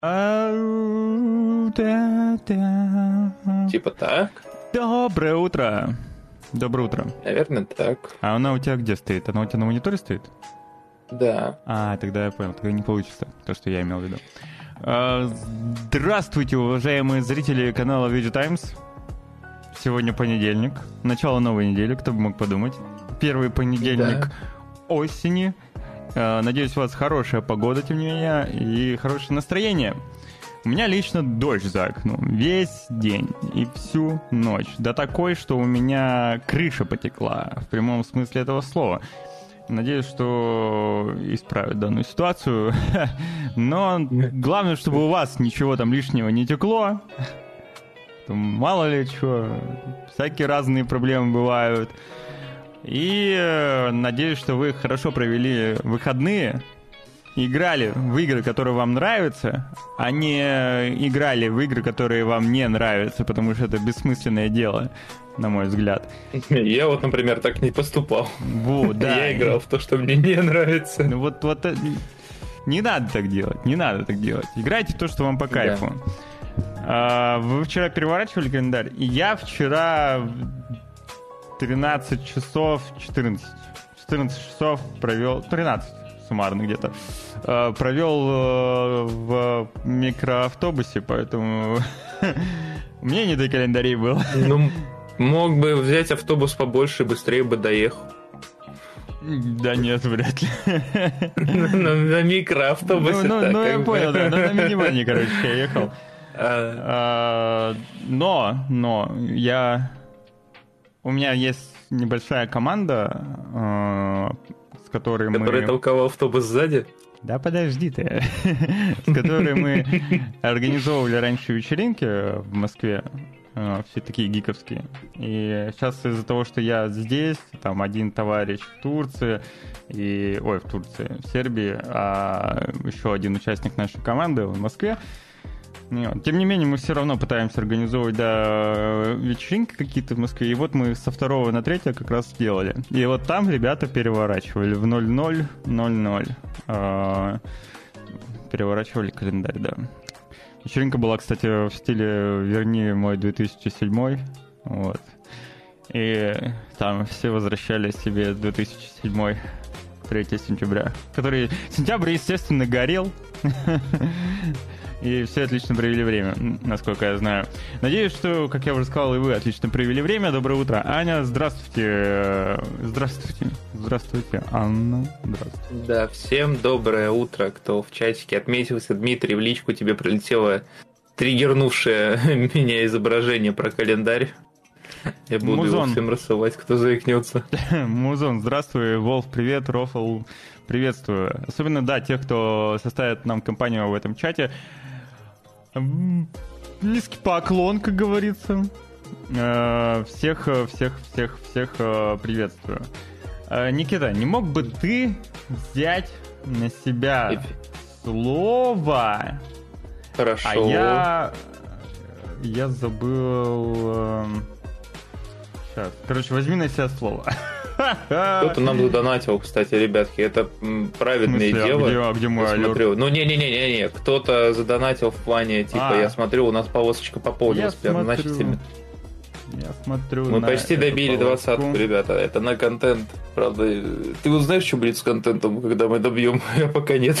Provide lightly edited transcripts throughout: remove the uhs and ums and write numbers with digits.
Типа так? Доброе утро. Доброе утро. Наверное, так. А она у тебя где стоит? Она у тебя на мониторе стоит? Да. Тогда я понял. Тогда не получится то, что я имел в виду. Здравствуйте, уважаемые зрители канала Video Times. Сегодня понедельник. Начало новой недели, кто бы мог подумать. Первый понедельник осени. Надеюсь, у вас хорошая погода, тем не менее, и хорошее настроение. У меня лично дождь за окном весь день и всю ночь. Да такой, что у меня крыша потекла, в прямом смысле этого слова. Надеюсь, что исправят данную ситуацию. Но главное, чтобы у вас ничего там лишнего не текло. Мало ли что, всякие разные проблемы бывают. И надеюсь, что вы хорошо провели выходные, играли в игры, которые вам нравятся, а не играли в игры, которые вам не нравятся, потому что это бессмысленное дело, на мой взгляд. Я вот, например, так не поступал. Вот, да. Я играл в то, что мне не нравится. Вот не надо так делать, не надо так делать. Играйте в то, что вам по кайфу. Вы вчера переворачивали календарь, и я вчера 13 часов 14 часов провел, 13 суммарно где-то, провел в микроавтобусе, поэтому мне не до календарей было. Ну, мог бы взять автобус побольше, быстрее бы доехал. Да нет, вряд ли. На микроавтобусе. Ну, я понял, да, на минивэне, короче, я ехал. Но у меня есть небольшая команда, с которой мы... Который толковал автобус сзади? Да подожди ты. С которой мы организовывали раньше вечеринки в Москве, все такие гиковские. И сейчас из-за того, что я здесь, там один товарищ в Турции, в Сербии, а еще один участник нашей команды в Москве. Тем не менее, мы все равно пытаемся организовывать вечеринки какие-то в Москве. И вот мы со 2 на 3 как раз сделали. И вот там ребята переворачивали в 00:00. Переворачивали календарь, да. Вечеринка была, кстати, в стиле «Верни мой 2007». Вот. И там все возвращали себе 2007, 3 сентября. Сентябрь, естественно, горел. И все отлично провели время, насколько я знаю. Надеюсь, что, как я уже сказал, и вы отлично провели время. Доброе утро. Аня, здравствуйте. Здравствуйте, Анна. Здравствуйте. Да, всем доброе утро, кто в чатике отметился. Дмитрий, в личку тебе прилетело триггернувшее меня изображение про календарь. Я буду его всем рассылать, кто заикнется. Музон, здравствуй. Волф, привет. Рофл, приветствую. Особенно, да, тех, кто составит нам компанию в этом чате. Низкий поклон, как говорится. Всех приветствую. Никита, не мог бы ты взять на себя слово? Хорошо. А я забыл... Сейчас. Короче, возьми на себя слово. Кто-то нам задонатил, кстати, ребятки. Это праведное дело. А где мой алёрт? Ну, не. Кто-то задонатил в плане, типа, я смотрю, у нас полосочка пополнилась прям значительно. Я смотрю. Мы почти добили 20-ку, ребята. Это на контент. Правда, ты узнаешь, что будет с контентом, когда мы добьем? Я пока нет.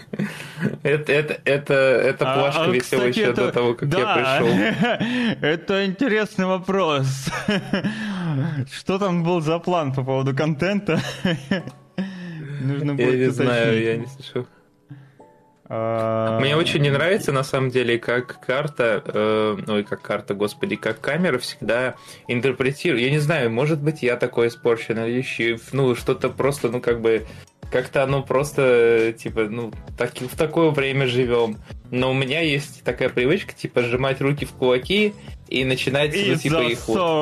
Это плашка висела еще до того, как я пришел. Это интересный вопрос. Что там был за план по поводу контента? Нужно будет уточнить. Я не знаю, я не слышал. Мне очень не нравится, на самом деле, как камера всегда интерпретирует. Я не знаю, может быть, я такой испорченный, или что-то просто, как-то оно просто, в такое время живем. Но у меня есть такая привычка, сжимать руки в кулаки и начинать, их... И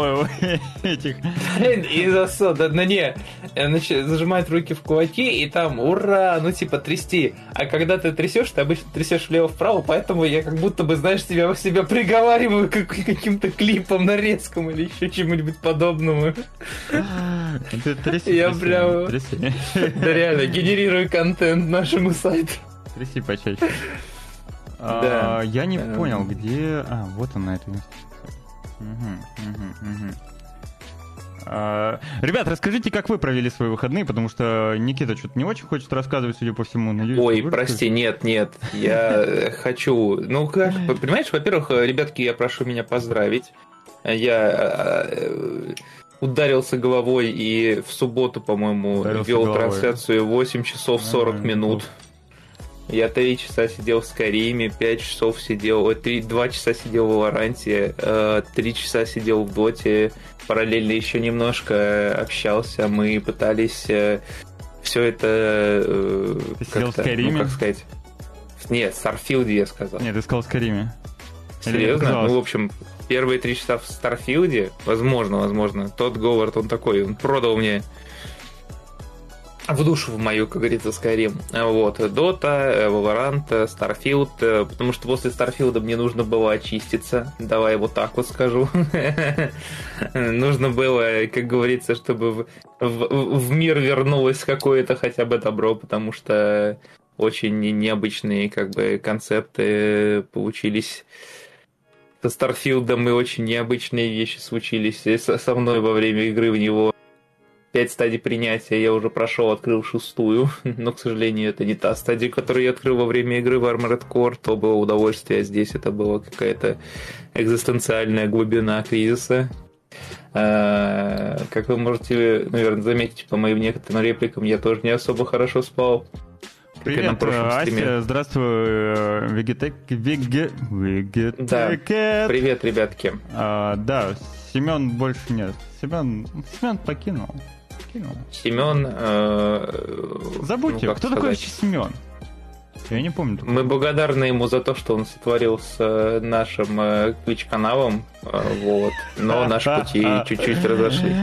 зажимать руки в кулаки и там, ура, трясти. А когда ты трясешь, ты обычно трясешь влево-вправо, поэтому я как будто бы, знаешь, себя приговариваю к каким-то клипам нарезкам или еще чему-нибудь подобному. Я прям... Да реально, генерирую контент нашему сайту. Тряси почаще. Да. Я не понял, где... вот он на этой... Ребят, расскажите, как вы провели свои выходные, потому что Никита что-то не очень хочет рассказывать, судя по всему. Надеюсь, ой, прости, нет, я хочу... Ну, как, понимаешь, во-первых, ребятки, я прошу меня поздравить. Я ударился головой и в субботу, по-моему, вел трансляцию 8 часов 40 минут. Я 3 часа сидел в Скайриме, 5 часов сидел, 2 часа сидел в Валоранте, 3 часа сидел в Доте, параллельно еще немножко общался, мы пытались все это... Ты сидел в Скайриме? Ну, как сказать... Нет, в Старфилде я сказал. Нет, ты сказал в Скайриме. Серьезно? Ну, в общем, первые 3 часа в Старфилде, возможно, тот Говард, он такой, он продал мне в душу в мою, как говорится, Skyrim. Вот, Dota, Valorant, Starfield, потому что после Starfield мне нужно было очиститься, давай вот так вот скажу. Нужно было, как говорится, чтобы в мир вернулось какое-то хотя бы добро, потому что очень необычные как бы концепты получились со Старфилдом, и очень необычные вещи случились со мной во время игры в него. 5 стадий принятия я уже прошел, открыл 6-ю, но, к сожалению, это не та стадия, которую я открыл во время игры в Armored Core, то было удовольствие, а здесь это была какая-то экзистенциальная глубина кризиса. Как вы можете, наверное, заметить по моим некоторым репликам, я тоже не особо хорошо спал. Привет, Ася, здравствуй, Вегетек. Да, привет, ребятки. Да, Семен больше нет. Семен покинул. Семен... Забудьте, кто такой вообще Семен? Я не помню. Мы благодарны ему за то, что он сотворил с нашим Twitch-каналом, вот. Но наши пути чуть-чуть разошлись.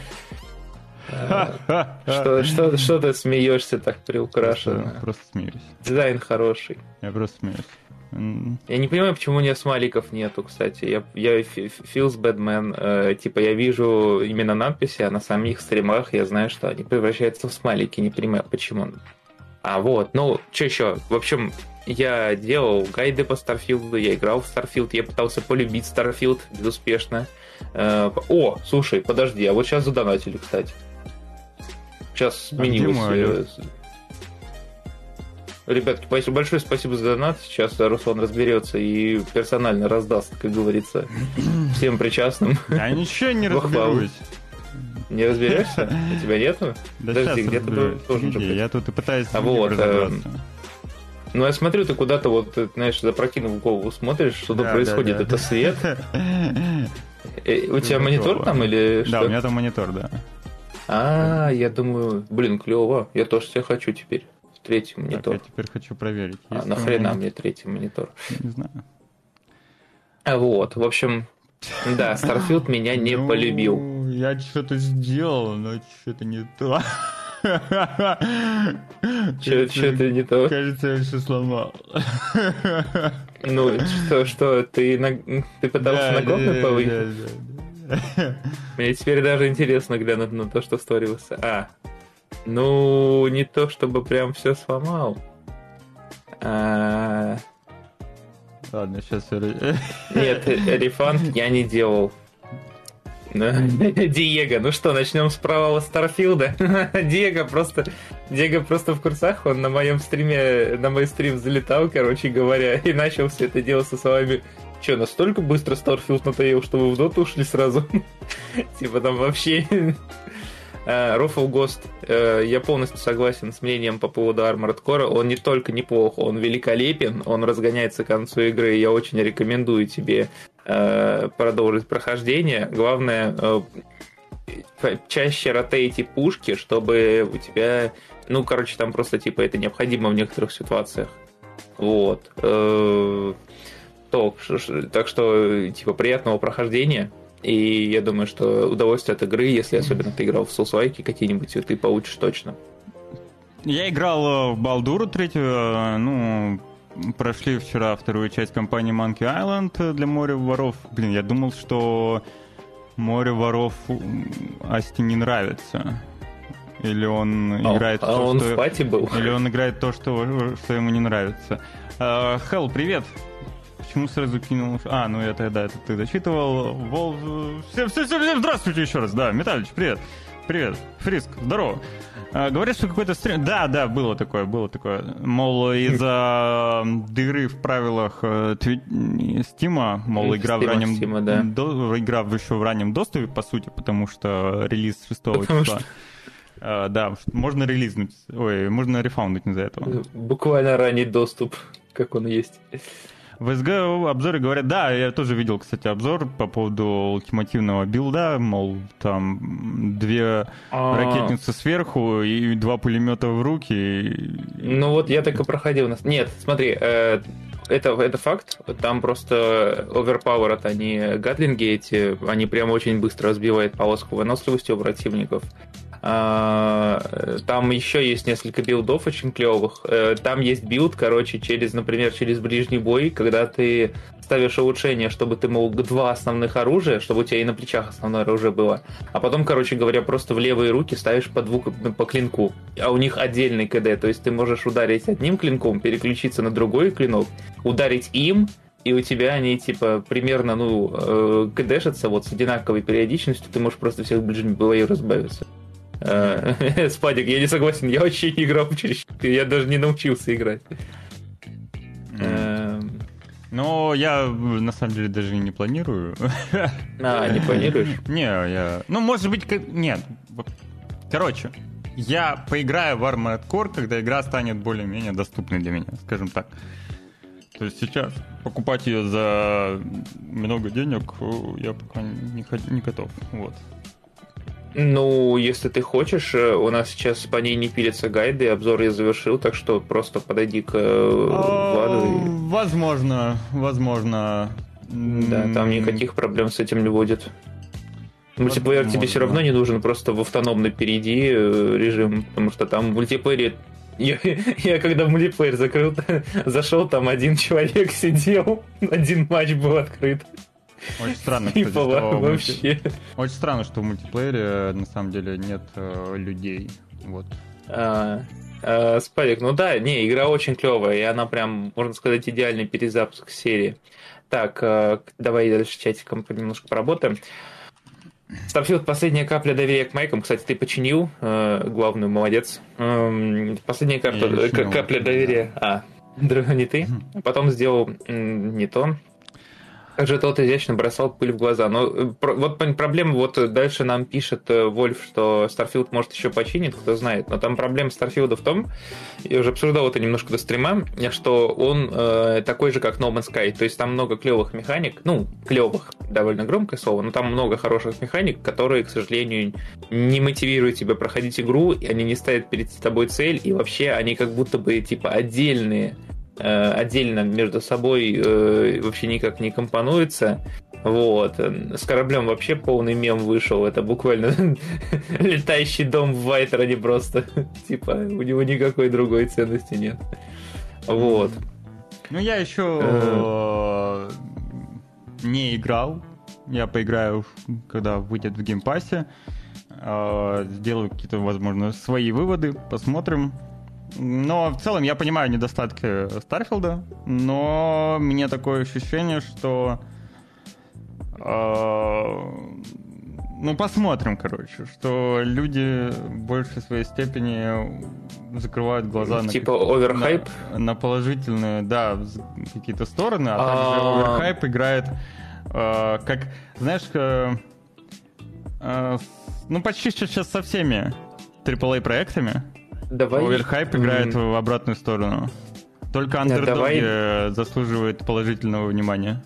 Что ты смеешься так приукрашенно? Просто смеюсь. Дизайн хороший. Я просто смеюсь. Я не понимаю, почему у нее смайликов нету, кстати. Я feels bad man. Типа я вижу именно надписи, а на самих стримах я знаю, что они превращаются в смайлики. Не понимаю, почему. Ну, что еще? В общем, я делал гайды по Starfield, я играл в Starfield, я пытался полюбить Starfield безуспешно. О, слушай, подожди, а вот сейчас задонатили, кстати. Сейчас сменилось. Ребятки, большое спасибо за донат. Сейчас Руслан разберется и персонально раздаст, как говорится, всем причастным. Я ничего не разберусь. Не разберешься? У тебя нету? Да. Подожди, где-то должен же быть. Я тут и пытаюсь разобраться. Ну, я смотрю, ты куда-то вот, знаешь, запрокинув голову смотришь, что-то происходит. Это свет? У тебя монитор там или что? Да, у меня там монитор, да. Я думаю, клево. Я тоже себе хочу теперь. Третий монитор. Я теперь хочу проверить. Нахрена мне третий монитор? Не знаю. В общем, да, Starfield меня не полюбил. Я что-то сделал, но что-то не то. Что-то не то? Кажется, я все сломал. Ну, что, ты пытался ногой повысить? Мне теперь даже интересно глянуть на то, что створился. Ну, не то, чтобы прям все сломал. Ладно, сейчас... Нет, рефанд я не делал. Диего, ну что, начнем с провала Старфилда. Диего просто в курсах, он на моем стриме, на мой стрим залетал, короче говоря, и начал все это дело со словами: че, настолько быстро Старфилд надоел, что вы в доту ушли сразу? Типа там вообще... Рофл Гост, я полностью согласен с мнением по поводу Armored Core. Он не только неплох, он великолепен, он разгоняется к концу игры. Я очень рекомендую тебе продолжить прохождение. Главное, чаще ротейте пушки, чтобы у тебя... Ну, короче, там просто, типа, это необходимо в некоторых ситуациях. Вот. Так что, типа, приятного прохождения. И я думаю, что удовольствие от игры, если особенно ты играл в Souls-like какие-нибудь, ты получишь точно. Я играл в Балдуру 3-ю, прошли вчера вторую часть кампании Monkey Island для Моря воров. Я думал, что Море воров Асти не нравится. или он играет то, он что... в пати был? Или он играет то, что ему не нравится. Хелл, привет! Почему сразу кинул... ну это ты дочитывал. Всем здравствуйте еще раз. Да, Металлич, привет. Привет. Фриск, здорово. Говорят, что какой-то стрим... Да, было такое. Мол, из-за дыры в правилах Стима, мол, игра еще в раннем доступе, по сути, потому что релиз 6 числа. Да, можно релизнуть. Можно рефаундить из-за этого. Буквально ранний доступ, как он есть. В СГ обзоре говорят, да, я тоже видел, кстати, обзор по поводу ультимативного билда, мол, там 2 ракетницы сверху и 2 пулемета в руки. Ну вот я так и проходил. Нет, смотри, это факт, там просто overpowered они гатлинги эти, они прям очень быстро разбивают полоску выносливости у противников. Там еще есть несколько билдов очень клевых. Там есть билд, например, через ближний бой, когда ты ставишь улучшение, чтобы ты мог 2 основных оружия, чтобы у тебя и на плечах основное оружие было. А потом, просто в левые руки ставишь по клинку. А у них отдельный КД, то есть ты можешь ударить одним клинком, переключиться на другой клинок, ударить им, и у тебя они, примерно, КДшатся с одинаковой периодичностью, ты можешь просто всех в ближнем бою разбавиться. Спадик, я не согласен, я вообще не играл через... Я даже не научился играть. Но я, на самом деле, даже не планирую. Не планируешь? Не, я... может быть... Нет. Короче, я поиграю в Armored Core, когда игра станет более-менее доступной для меня, скажем так. То есть сейчас покупать ее за много денег я пока не готов. Вот. Если ты хочешь, у нас сейчас по ней не пилятся гайды, обзор я завершил, так что просто подойди к Владу. Возможно. Да, там никаких проблем с этим не будет. Мультиплеер тебе все равно не нужен, просто в автономный перейди режим, потому что там в мультиплеере... Я когда в мультиплеер закрыл, зашел, там один человек сидел, один матч был открыт. Очень странно, вообще. Очень странно, что в мультиплеере на самом деле нет людей. Вот. Спадик, игра очень клевая, и она прям, можно сказать, идеальный перезапуск серии. Так, давай дальше чатиком немножко поработаем. Starfield последняя капля доверия к майкам. Кстати, ты починил главную, молодец. Последняя капля доверия. Не ты. Потом сделал не то. Также тот изящно бросал пыль в глаза. Но вот проблема, дальше нам пишет Вольф, что Starfield может еще починит, кто знает. Но там проблема Starfield в том, я уже обсуждал это немножко до стрима, что он такой же, как No Man's Sky. То есть там много клевых механик, клевых, довольно громкое слово, но там много хороших механик, которые, к сожалению, не мотивируют тебя проходить игру, и они не ставят перед тобой цель, и вообще они как будто бы отдельно между собой вообще никак не компонуются. Вот. С кораблем вообще полный мем вышел. Это буквально летающий дом в Вайтероне просто. У него никакой другой ценности нет. Вот. Я еще не играл. Я поиграю, когда выйдет в геймпассе. Сделаю какие-то, возможно, свои выводы. Посмотрим. Но в целом я понимаю недостатки Старфилда, но мне такое ощущение, что... посмотрим, что люди в большей своей степени закрывают глаза оверхайп? На положительные, какие-то стороны, а также оверхайп играет как, знаешь, почти сейчас со всеми AAA-проектами. Оверхайп играет в обратную сторону. Только андердоги заслуживают положительного внимания.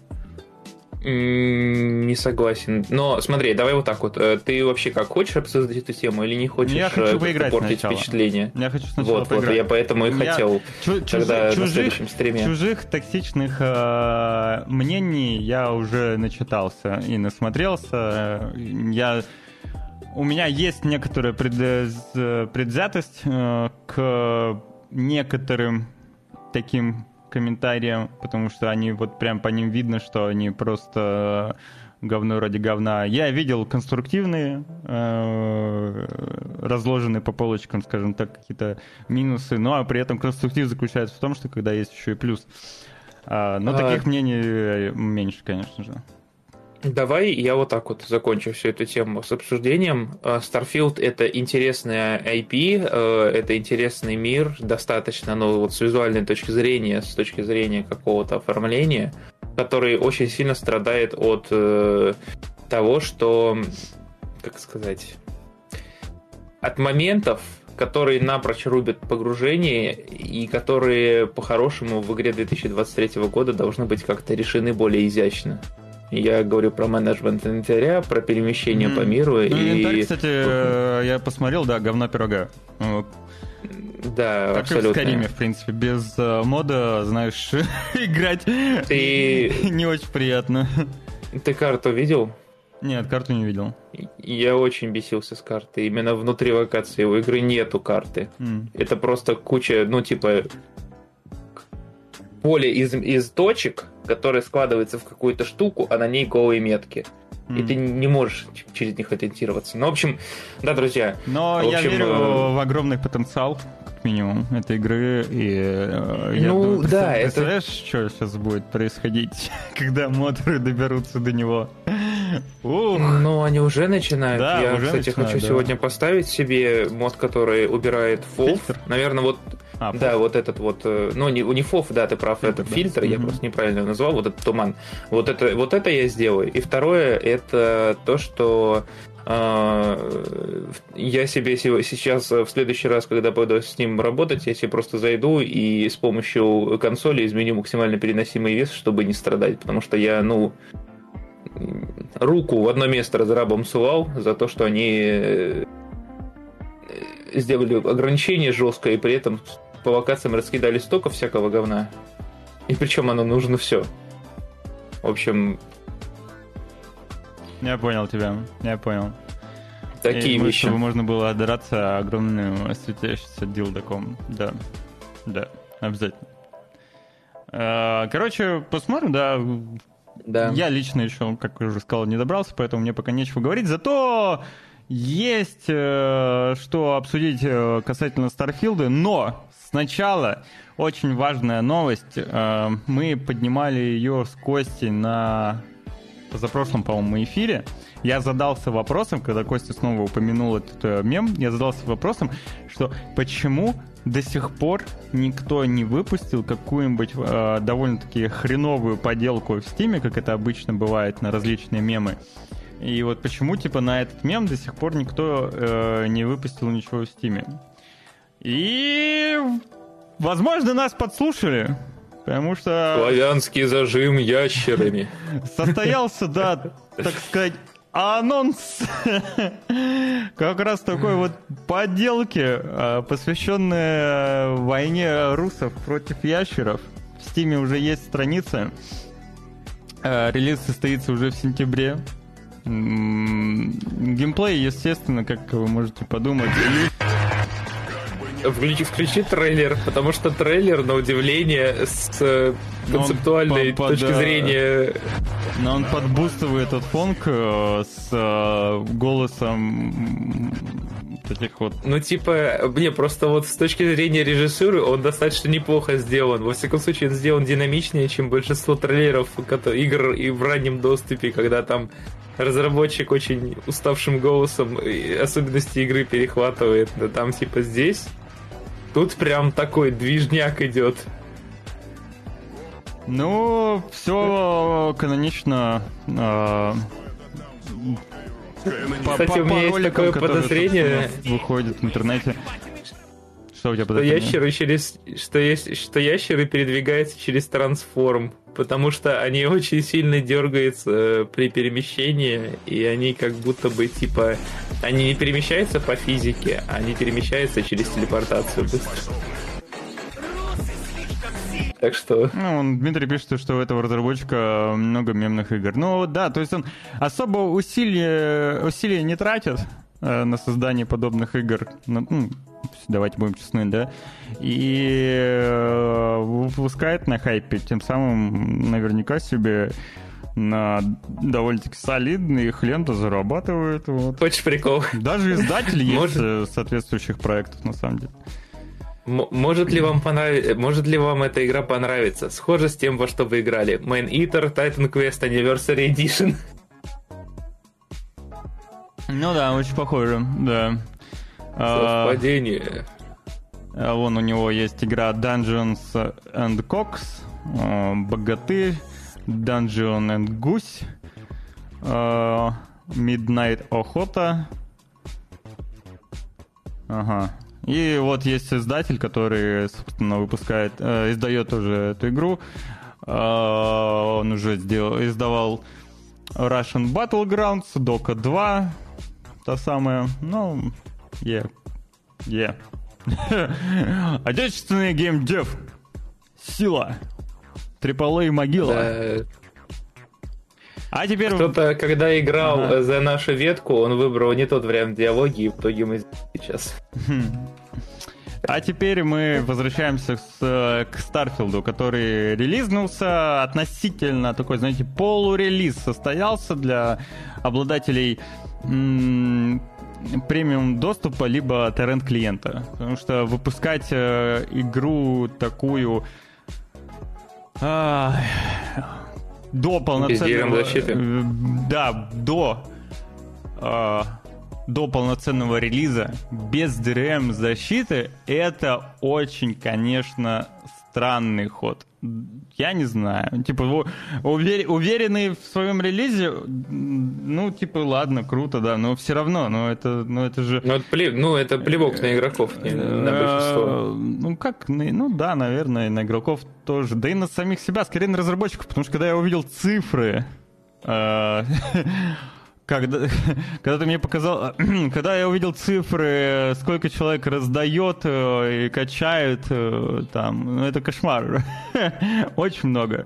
Не согласен. Но смотри, давай вот так вот. Ты вообще как хочешь обсуждать эту тему или не хочешь портить впечатление? Я хочу сначала поиграть. Вот, я поэтому и хотел тогда на следующем стриме. Чужих токсичных мнений я уже начитался и насмотрелся. У меня есть некоторая предвзятость к некоторым таким комментариям, потому что они прям по ним видно, что они просто говно ради говна. Я видел конструктивные, разложенные по полочкам, скажем так, какие-то минусы, но при этом конструктив заключается в том, что когда есть еще и плюс. Но таких мнений меньше, конечно же. Давай я вот так вот закончу всю эту тему с обсуждением. Starfield — это интересная IP, это интересный мир, достаточно, ну, вот с визуальной точки зрения какого-то оформления, который очень сильно страдает от того, что, как сказать, от моментов, которые напрочь рубят погружение и которые, по-хорошему, в игре 2023 года должны быть как-то решены более изящно. Я говорю про менеджмент инвентаря, про перемещение по миру. Ну, инвентарь, кстати, я посмотрел, да, говна пирога. Да, так абсолютно. Как в Скайриме, в принципе, без мода, знаешь, играть не очень приятно. Ты карту видел? Нет, карту не видел. Я очень бесился с карты. Именно внутри локации у игры нету карты. Это просто куча, ну, типа, поле из точек, которое складывается в какую-то штуку, а на ней голые метки. И ты не можешь через них ориентироваться. Ну, в общем, да, друзья. Но я верю в огромный потенциал, как минимум, этой игры. И я думаю, представляешь, что сейчас будет происходить, когда модеры доберутся до него? Ну, они уже начинают. Да, я, уже кстати, хочу сегодня поставить себе мод, который убирает FOV. Наверное, вот вот этот вот, ну, не FOV, да, ты прав, это фильтр, я просто неправильно назвал, вот этот туман. Вот это я сделаю. И второе, это то, что я себе сейчас, в следующий раз, когда буду с ним работать, я себе просто зайду и с помощью консоли изменю максимально переносимый вес, чтобы не страдать, потому что я, руку в одно место разрабам сувал за то, что они сделали ограничение жесткое, и при этом по локациям раскидали столько всякого говна. И причем оно нужно все. В общем... Я понял тебя, я понял. Такие вещи. Чтобы можно было отдраться огромным светящимся дилдаком. Да, обязательно. Короче, посмотрим, да. Я лично еще, как уже сказал, не добрался, поэтому мне пока нечего говорить. Зато есть что обсудить касательно Старфилда, но сначала очень важная новость. Мы поднимали ее с Костей на позапрошлом, по-моему, эфире. Я задался вопросом, когда Костя снова упомянул этот мем, я задался вопросом, что почему до сих пор никто не выпустил какую-нибудь довольно-таки хреновую поделку в Стиме, как это обычно бывает на различные мемы. И вот почему, типа, на этот мем до сих пор никто не выпустил ничего в Стиме. И, возможно, нас подслушали, потому что... Славянский зажим ящерами. Состоялся, да, так сказать, анонс как раз такой вот подделки, посвященной войне русов против ящеров. В Стиме уже есть страница. Релиз состоится уже в сентябре. Геймплей, естественно, как вы можете подумать. Включи трейлер, потому что трейлер, на удивление, с концептуальной точки зрения... Но он подбустывает этот фонк с голосом таких вот... Ну, типа, просто вот с точки зрения режиссуры он достаточно неплохо сделан. Во всяком случае, он сделан динамичнее, чем большинство трейлеров игр и в раннем доступе, когда там разработчик очень уставшим голосом особенности игры перехватывает. Да там, типа, здесь... Тут прям такой движняк идет. Ну, все канонично. Кстати, у меня есть такое подозрение, выходит в интернете. Что у тебя подозрение? Что ящеры передвигаются через трансформ, потому что они очень сильно дергаются при перемещении, и они как будто бы типа... Они не перемещаются по физике, они перемещаются через телепортацию быстро. Так что... Дмитрий пишет, что у этого разработчика много мемных игр. Ну да, то есть он особо усилия не тратит на создание подобных игр. Давайте будем честны, да. И выпускает на хайпе, тем самым наверняка себе на довольно-таки солидный, их лента зарабатывает. Вот. Хочешь прикол? Даже издатель есть соответствующих проектов, на самом деле. Может ли вам эта игра понравиться? Схоже с тем, во что вы играли. Man Eater, Titan Quest Anniversary Edition. Ну да, очень похоже, да. Совпадение. Вон у него есть игра Dungeons and Cox, Богатырь, Dungeon and Goose, Midnight Охота. Ага. И вот есть издатель, который, собственно, издает уже эту игру. Он уже издавал Russian Battlegrounds, Doka 2, та самая. Ну, Отечественный геймдев. Сила. AAA могила. Да. А теперь... Кто-то, когда играл за нашу ветку, он выбрал не тот вариант диалоги, и в итоге мы сейчас. А теперь мы возвращаемся к Старфилду, который релизнулся относительно такой, знаете, полурелиз состоялся для обладателей премиум доступа либо торрент клиента. Потому что выпускать игру такую до полноценного... Да, до полноценного релиза без DRM защиты, это очень, конечно, странный ход. Я не знаю. Типа, уверенный в своем релизе, ну, типа, ладно, круто, да, но все равно, это же... это плевок на игроков, на большинство. Ну, да, наверное, на игроков тоже. Да и на самих себя, скорее на разработчиков, потому что когда я увидел цифры... Когда ты мне показал, когда я увидел цифры, сколько человек раздает и качает, там, ну это кошмар. Очень много.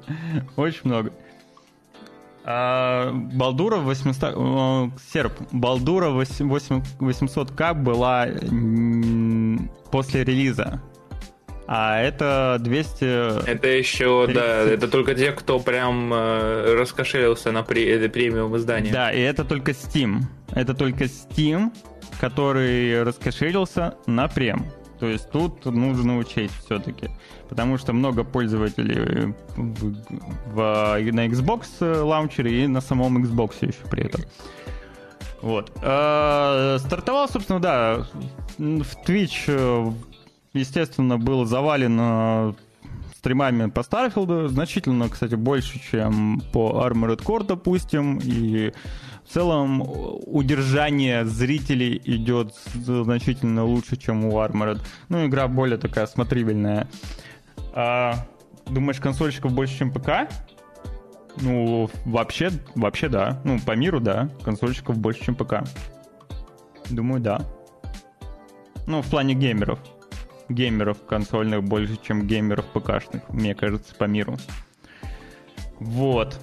Балдура 800... Серп. Балдура 800к была после релиза. А это 200... Это еще, 30... да, это только те, кто прям раскошелился на премиум издание. Да, и это только Steam. Это только Steam, который раскошелился на прем. То есть тут нужно учесть все-таки. Потому что много пользователей на Xbox лаунчере и на самом Xbox еще при этом. Вот. Стартовал, собственно, да, в Twitch... Естественно, был завален стримами по Старфилду, значительно, кстати, больше, чем по Armored Core, допустим, и в целом удержание зрителей идет значительно лучше, чем у Armored. Ну, игра более такая смотрибельная. Думаешь, консольщиков больше, чем ПК? Ну, вообще да. Ну, по миру, да. Консольщиков больше, чем ПК. Думаю, да. Ну, в плане геймеров консольных больше, чем геймеров ПКшных, мне кажется, по миру. Вот.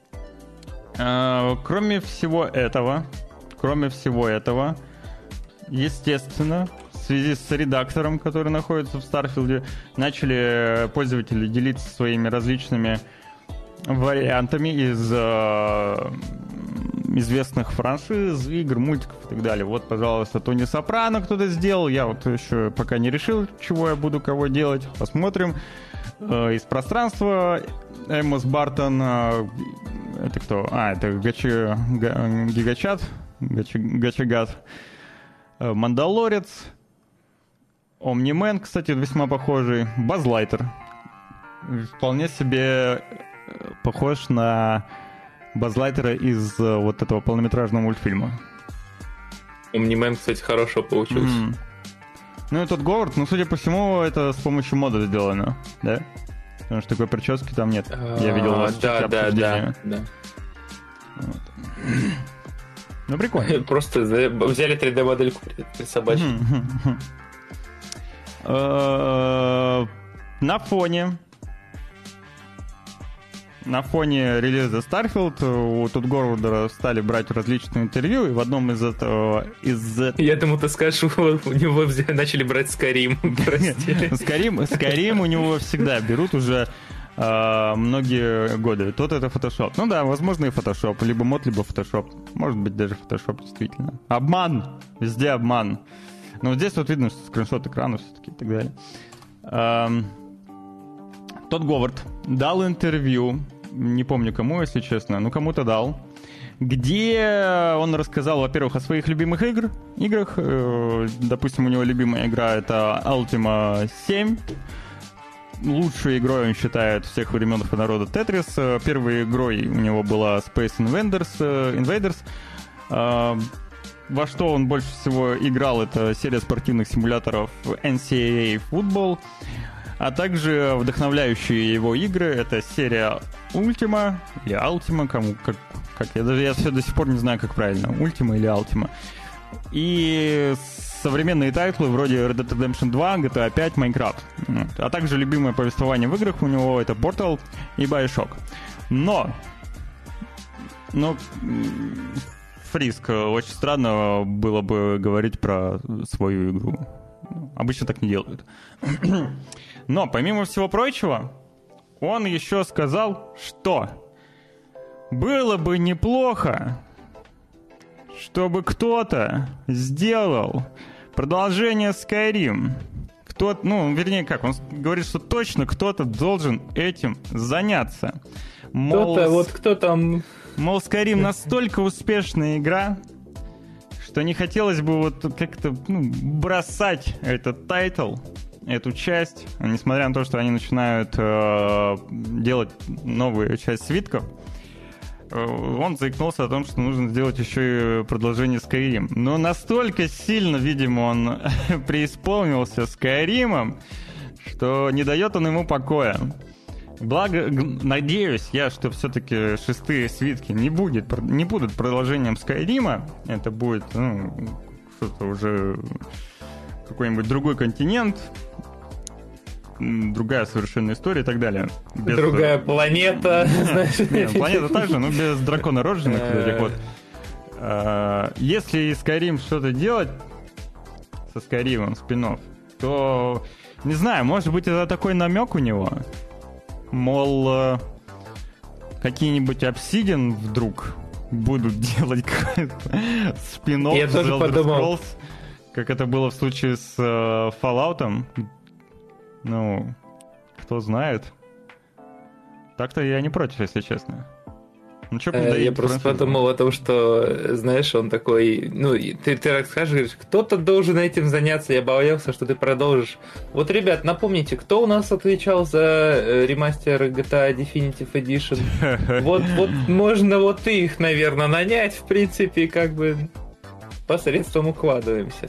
Кроме всего этого, естественно, в связи с редактором, который находится в Старфилде, начали пользователи делиться своими различными вариантами из известных франшиз, игр, мультиков и так далее. Вот, пожалуйста, Тони Сопрано кто-то сделал. Я вот еще пока не решил, чего я буду, кого делать. Посмотрим. Из пространства Эммос Бартон. Это кто? Это Гигачат. Гачагат. Мандалорец. Омнимен, кстати, весьма похожий. Базлайтер. Вполне себе похож на Базлайтера из вот этого полнометражного мультфильма. Омнимен, кстати, хорошо получился. Ну и тот Говард, судя по всему, это с помощью мода сделано, да? Потому что такой прически там нет. Я видел у вас да. Вот. Ну, прикольно. Просто взяли 3D-модельку присобачили. На фоне релиза Starfield у Тодда Говарда стали брать различные интервью, и в одном из этого... Я думал, ты скажешь, у него начали брать Skyrim. Skyrim у него всегда берут уже многие годы. Тот это Photoshop. Ну да, возможно и Photoshop. Либо мод, либо Photoshop. Может быть, даже Photoshop, действительно. Обман! Везде обман. Но вот здесь вот видно, что скриншот экрана все-таки и так далее. Тот Говард дал интервью, не помню кому, если честно, но кому-то дал, где он рассказал, во-первых, о своих любимых играх. Допустим, у него любимая игра — это Ultima 7. Лучшей игрой он считает всех времен и народа Tetris. Первой игрой у него была Space Invaders. Во что он больше всего играл — это серия спортивных симуляторов NCAA Football. А также вдохновляющие его игры — это серия Ultima или Ultima, я все до сих пор не знаю, как правильно, Ultima или Ultima. И современные тайтлы вроде Red Dead Redemption 2, GTA 5, Minecraft. А также любимое повествование в играх у него — это Portal и Bioshock. Но Фриск, очень странно было бы говорить про свою игру. Обычно так не делают. Но, помимо всего прочего, он еще сказал, что было бы неплохо, чтобы кто-то сделал продолжение Skyrim. Он говорит, что точно кто-то должен этим заняться. Кто там... Мол, Skyrim настолько успешная игра, что не хотелось бы вот как-то бросать этот тайтл, эту часть, несмотря на то, что они начинают делать новую часть свитков. Он заикнулся о том, что нужно сделать еще и продолжение Skyrim. Но настолько сильно, видимо, он преисполнился Skyrim'ом, что не дает он ему покоя. Благо, надеюсь я, что все-таки шестые свитки не будут продолжением Скайрима. Это будет, что-то уже какой-нибудь другой континент, другая совершенно история и так далее. Другая планета. Планета также, но без драконорожденных этих вот. Если Skyrim что-то делать со Skyrim'ом, спин-офф, то, не знаю, может быть, это такой намек у него. Мол, какие-нибуть Obsidian вдруг будут делать спин-офф с Elder Scrolls, как это было в случае с Fallout'ом. Кто знает. Так-то я не против, если честно. Я просто подумал о том, что, знаешь, он такой... ты расскажешь, говоришь, кто-то должен этим заняться. Я боялся, что ты продолжишь. Вот, ребят, напомните, кто у нас отвечал за ремастер GTA Definitive Edition? Вот можно вот их, наверное, нанять, в принципе, как бы посредством укладываемся.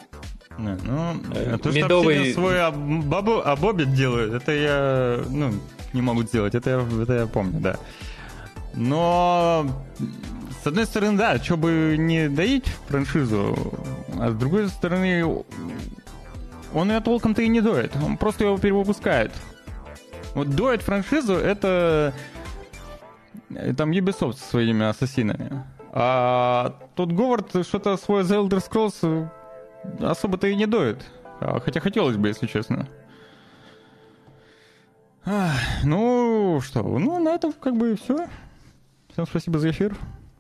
То, что Obsidian свой обобед делают, это я не могу сделать. Это я помню, да. Но, с одной стороны, да, что бы не доить франшизу, а с другой стороны, он ее толком-то и не доит, он просто его перевыпускает. Вот доить франшизу — это там Ubisoft со своими ассасинами. А тут Говард что-то свой The Elder Scrolls особо-то и не доит. Хотя хотелось бы, если честно. На этом как бы и все. Всем спасибо за эфир.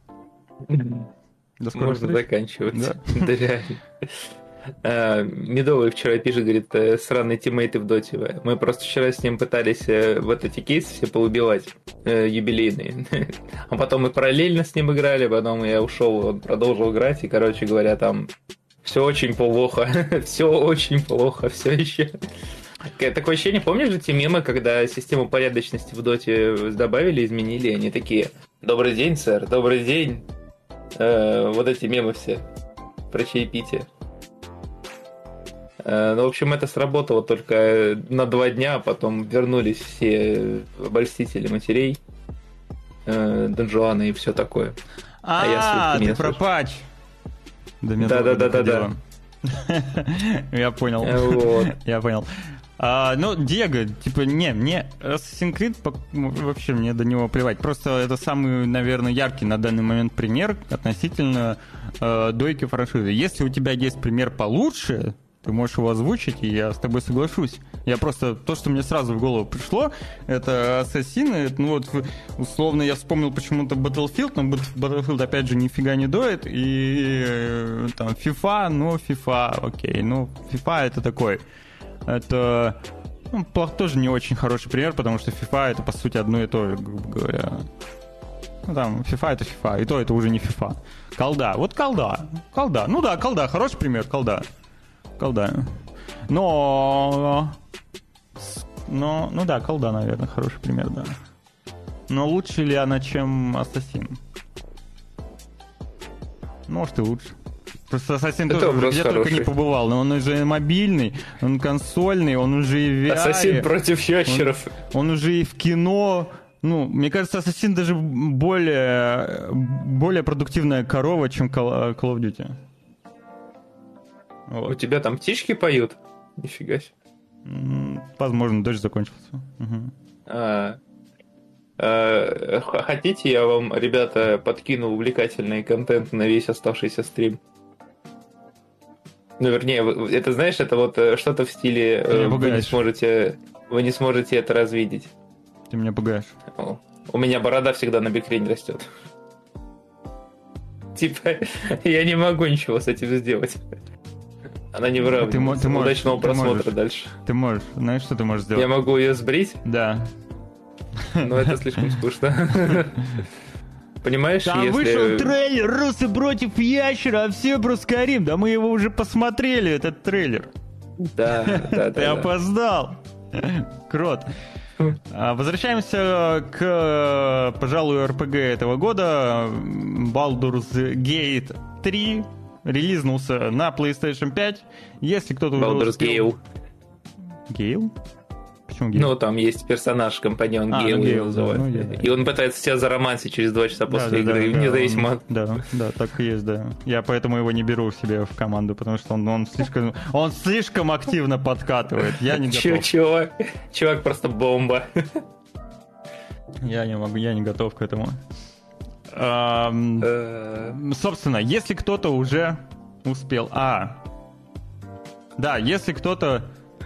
До скорого. Можно заканчивать. Да, реально. Медовый вчера пишет, говорит, сраные тиммейты в доте. Мы просто вчера с ним пытались вот эти кейсы все поубивать, юбилейные. А потом мы параллельно с ним играли, потом я ушел, он продолжил играть, и, короче говоря, там все очень плохо. Все очень плохо, все еще. Такое ощущение, помнишь же те мемы, когда систему порядочности в доте добавили, изменили, и они такие: «Добрый день, сэр, добрый день». Вот эти мемы все про чаепитие. В общем, это сработало только на 2 дня, а потом вернулись все обольстители матерей, донжуаны и все такое. Ты про патч. Да. Я понял. Я понял. Диего, мне Assassin's Creed вообще мне до него плевать. Просто это самый, наверное, яркий на данный момент пример относительно дойки франшизы. Если у тебя есть пример получше, ты можешь его озвучить, и я с тобой соглашусь. Я просто... То, что мне сразу в голову пришло, это Ассасины. Ну вот, условно, я вспомнил почему-то Battlefield, но Battlefield, опять же, нифига не доет. И там FIFA, ну, FIFA, окей. Ну, FIFA это такой... Это... Ну, тоже не очень хороший пример, потому что FIFA это, по сути, одно и то же, грубо говоря. Ну, там, FIFA это FIFA, и то это уже не FIFA. Колда. Вот колда. Колда. Ну да, колда. Хороший пример. Колда. Колда. Но... Ну да, колда, наверное, хороший пример, да. Но лучше ли она, чем Ассасин? Может и лучше. Просто Ассасин тоже уже где хороший. Только не побывал. Но он уже мобильный, он консольный, он уже и в VR. Ассасин против ящеров. Он уже и в кино... Ну, мне кажется, Ассасин даже более продуктивная корова, чем Call of Duty. Вот. У тебя там птички поют? Нифига себе. Возможно, дождь закончился. Хотите, я вам, ребята, подкину увлекательный контент на весь оставшийся стрим? Ну, вернее, это, знаешь, это вот что-то в стиле вы не сможете это развидеть. Ты меня пугаешь. У меня борода всегда на бикрень растет. Типа, я не могу ничего с этим сделать. Она не выравнивается. Удачного просмотра дальше. Ты можешь. Знаешь, что ты можешь сделать? Я могу ее сбрить? Да. Но это слишком скучно. Понимаешь, там если... вышел трейлер «Русы против ящера», а все про Skyrim. Да мы его уже посмотрели, этот трейлер. Да. Ты опоздал. Крот. Возвращаемся к, пожалуй, RPG этого года. Baldur's Gate 3 релизнулся на PlayStation 5. Если кто-то уже успел... Гейл? Почему Гейл? Ну, там есть персонаж, компаньон Гейл его называют. И он пытается тебя заромансить через 2 часа после игры, независимо от... Да, так и есть, да. Я поэтому его не беру себе в команду, потому что он слишком активно подкатывает. Я не готов. Чувак просто бомба. Я не могу, я не готов к этому. Собственно, если кто-то уже успел... Да, если кто-то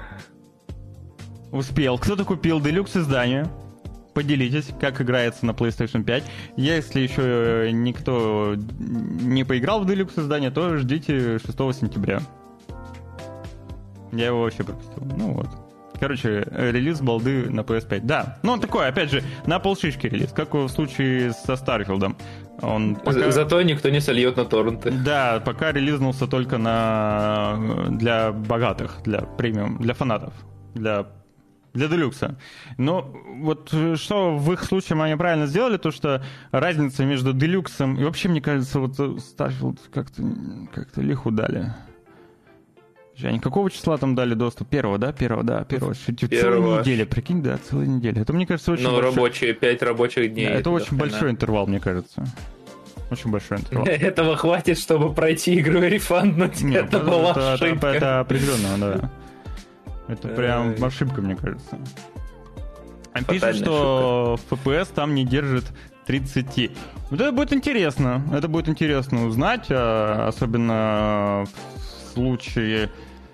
успел, кто-то купил делюкс издание, поделитесь, как играется на PlayStation 5. Если еще никто не поиграл в делюкс издание, то ждите 6 сентября. Я его вообще пропустил. Ну вот. Короче, релиз балды на PS5. Да, ну он такой, опять же, на полшишки релиз, как в случае со Старфилдом. Зато никто не сольет на торренты. Да, пока релизнулся только для богатых, для премиум, для фанатов, для делюкса. Но вот что в их случае они правильно сделали, то что разница между делюксом и вообще, мне кажется, вот Starfield как-то лиху дали. Они какого числа там дали доступ? Первого. Целая неделя, прикинь, да, целая неделя. Это, мне кажется, очень большой... 5 рабочих дней. Это очень большой интервал, мне кажется. Очень большой интервал. Этого хватит, чтобы пройти игру и рефанднуть. Это была ошибка. Это определенно, да. Это прям ошибка, мне кажется. Пишут, что FPS там не держит 30. Вот это будет интересно. Это будет интересно узнать, особенно в случае,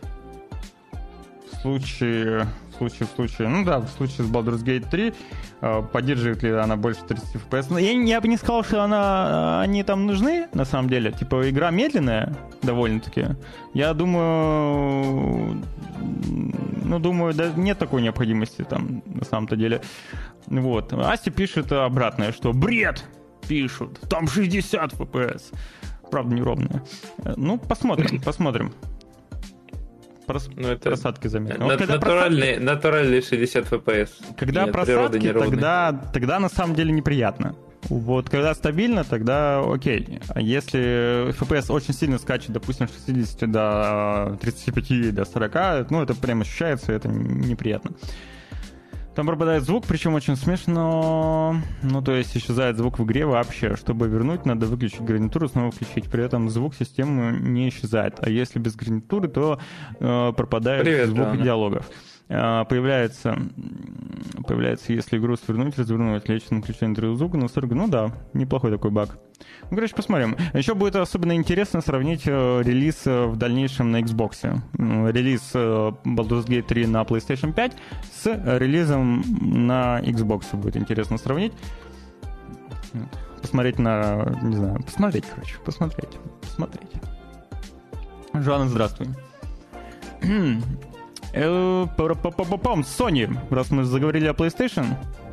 ну да, в случае с Baldur's Gate 3, поддерживает ли она больше 30 FPS. Но я бы не сказал, что они там нужны, на самом деле. Типа, игра медленная довольно-таки. Я думаю, да нет такой необходимости там, на самом-то деле. Вот. Асти пишет обратное, что бред пишут, там 60 FPS. Правда, неровная. Ну, посмотрим. Просадки заметны. Натуральные 60 FPS. Когда просадки, тогда на самом деле неприятно. Вот когда стабильно, тогда окей. А если FPS очень сильно скачет, допустим, с 60 до 35, до 40, ну это прям ощущается, это неприятно. Там пропадает звук, причем очень смешно. Ну, то есть исчезает звук в игре вообще. Чтобы вернуть, надо выключить гарнитуру, снова включить. При этом звук системы не исчезает. А если без гарнитуры, то пропадает звук диалогов. появляется, если игру свернуть, развернуть, лечь на ключе звука, на 40. Ну да, неплохой такой баг. Ну, короче, посмотрим. Еще будет особенно интересно сравнить релиз в дальнейшем на Xbox. Релиз Baldur's Gate 3 на PlayStation 5 с релизом на Xbox будет интересно сравнить. Посмотреть на... Не знаю, посмотреть. Жанна, здравствуй. Sony, раз мы заговорили о PlayStation,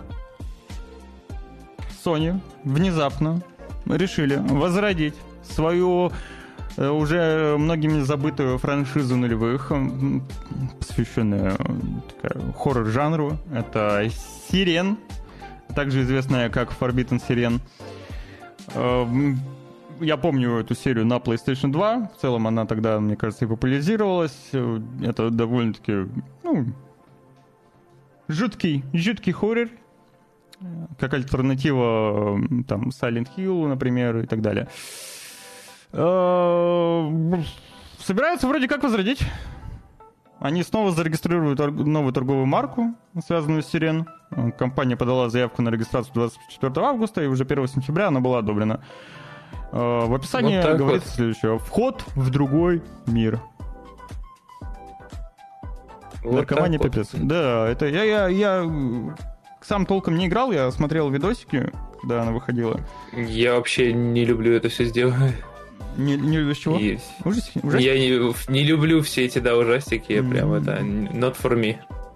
Sony внезапно решили возродить свою уже многими забытую франшизу нулевых, посвященную хоррор-жанру. Это Сирен, также известная как Forbidden Siren. Я помню эту серию на PlayStation 2. В целом она тогда, мне кажется, и популяризировалась. Это довольно-таки жуткий хоррор, как альтернатива там Silent Hill, например, и так далее. Собираются вроде как возродить. Они снова зарегистрируют новую торговую марку, связанную с Сирен. Компания подала заявку на регистрацию 24 августа, и уже 1 сентября она была одобрена. В описании вот говорится следующее. Вход в другой мир. Вот наркомания пипец. Да, это я сам толком не играл, я смотрел видосики, когда она выходила. Я вообще не люблю это все сделать. Не любишь чего? Ужастики? Я не люблю все эти, ужастики. Прям это not for me.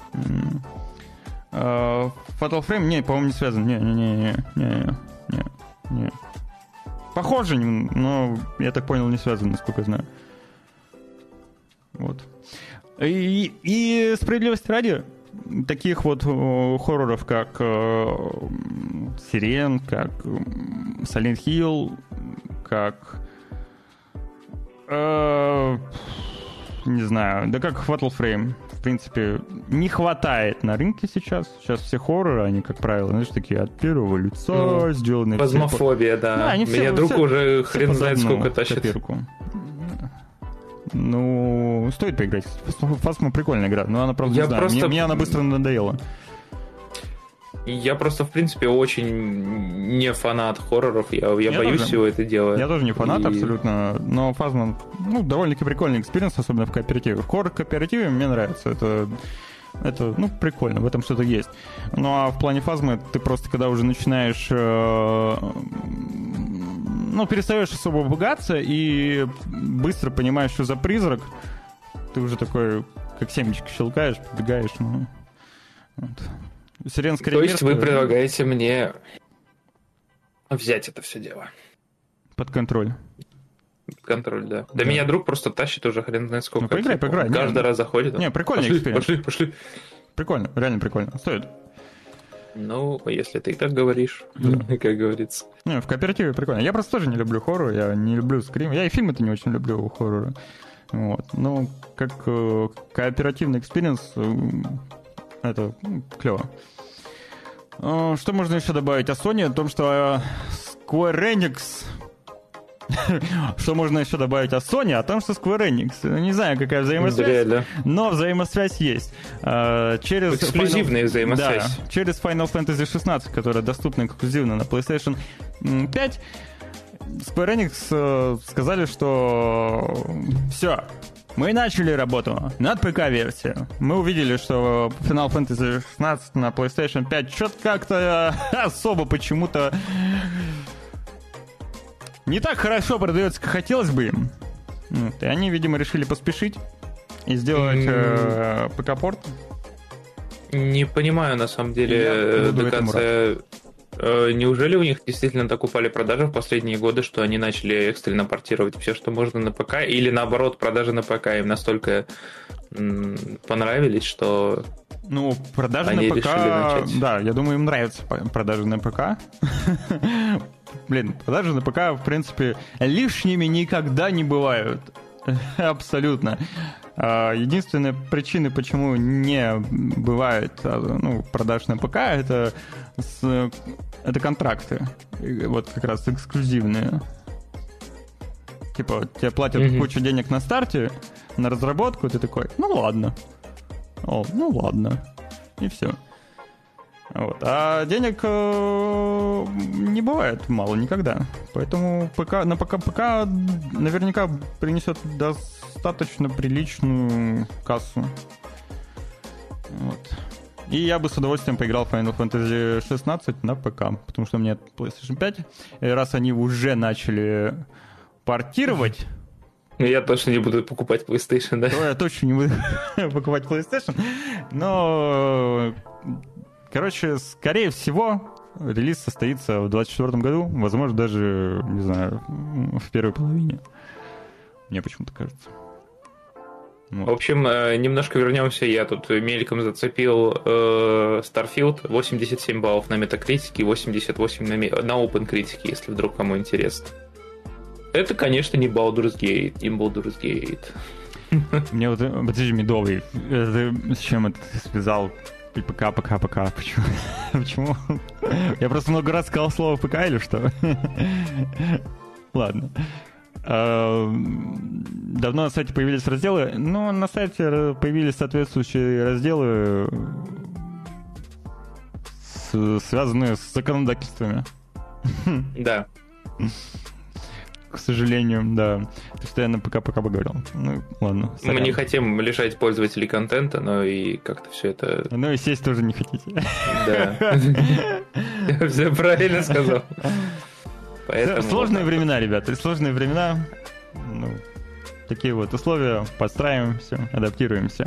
Fatal Frame? Не, по-моему, не связан. Не. Похоже, но я так понял, не связан, насколько я знаю. Вот. И справедливости ради, таких вот хорроров, как Сирен, как Silent Hill, как... не знаю, да как Fatal Frame, в принципе, не хватает на рынке сейчас. Сейчас все хорроры, они, как правило, знаешь, такие от первого лица сделаны. Фазмофобия, да. Меня друг уже хрен знает сколько тащит. Копирку. Ну, стоит поиграть. Фазмо прикольная игра, но она, правда, не знаю. Мне она быстро надоела. Я просто, в принципе, очень не фанат хорроров. Я боюсь тоже. Всего это дела. Я тоже не фанат абсолютно, но Фазма, довольно-таки прикольный экспириенс, особенно в кооперативе. В хоррор-кооперативе мне нравится. Это прикольно, в этом что-то есть. Ну, а в плане Фазмы ты просто, когда уже начинаешь... перестаешь особо пугаться и быстро понимаешь, что за призрак. Ты уже такой, как семечки щелкаешь, побегаешь, вот. Сирен скорее то есть вы предлагаете мне взять это все дело под контроль. Под контроль, да. Да меня друг просто тащит уже хрен знает сколько. Поиграй. Каждый раз заходит. Не, прикольный экспириенс. Пошли. Прикольно, реально прикольно. Стоит. Ну, если ты так говоришь, как говорится. Не, в кооперативе прикольно. Я просто тоже не люблю хоррор, я не люблю скрим. Я и фильмы-то не очень люблю хорроры. Вот. Но как кооперативный экспириенс это клево. Что можно еще добавить о Sony? О том, что Square Enix... Что можно еще добавить о Sony? О том, что Square Enix... Не знаю, какая взаимосвязь, но взаимосвязь есть. Эксклюзивная взаимосвязь. Да, через Final Fantasy 16, которая доступна эксклюзивно на PlayStation 5, Square Enix сказали, что все... Мы начали работу над ПК-версией. Мы увидели, что Final Fantasy 16 на PlayStation 5 что-то как-то особо почему-то не так хорошо продается, как хотелось бы им. Вот. И они, видимо, решили поспешить и сделать ПК-порт. Не понимаю, на самом деле, до конца... Неужели у них действительно так упали продажи в последние годы, что они начали экстренно портировать все, что можно на ПК? Или наоборот, продажи на ПК им настолько понравились, что продажи они на ПК, решили начать? Да, я думаю, им нравятся продажи на ПК. Продажи на ПК, в принципе, лишними никогда не бывают. Абсолютно. Единственная причина, почему не бывает продаж на ПК, это контракты. Вот как раз эксклюзивные. Типа, тебе платят кучу денег на старте, на разработку, ты такой, ладно. Ну ладно. И все. Вот. А денег не бывает мало никогда. Поэтому ПК наверняка принесет достаточно приличную кассу. Вот. И я бы с удовольствием поиграл в Final Fantasy 16 на ПК, потому что у меня PlayStation 5. И раз они уже начали портировать... Я точно не буду покупать PlayStation, да? Я точно не буду покупать PlayStation. Но, короче, скорее всего, релиз состоится в 2024 году. Возможно, даже, не знаю, в первой половине. Мне почему-то кажется. Вот. В общем, немножко вернемся. Я тут мельком зацепил Starfield. 87 баллов на Metacritic, 88 на OpenCritic, если вдруг кому интересно. Это, конечно, не Baldur's Gate, не Baldur's Gate. Мне вот подожди, медовый. С чем это ты связал? ПК. Почему? Почему? Я просто много раз сказал слово ПК или что? Ладно. Давно на сайте появились разделы. Ну, на сайте появились соответствующие разделы, связанные с законодательствами. Да. К сожалению, да. Ты постоянно ПК говорил. Ну, ладно. Мы не хотим лишать пользователей контента, но и как-то все это... Ну и сесть тоже не хотите. Да. Я все правильно сказал. Сложные времена, ребята, сложные времена. Ну, такие вот условия. Подстраиваемся, адаптируемся.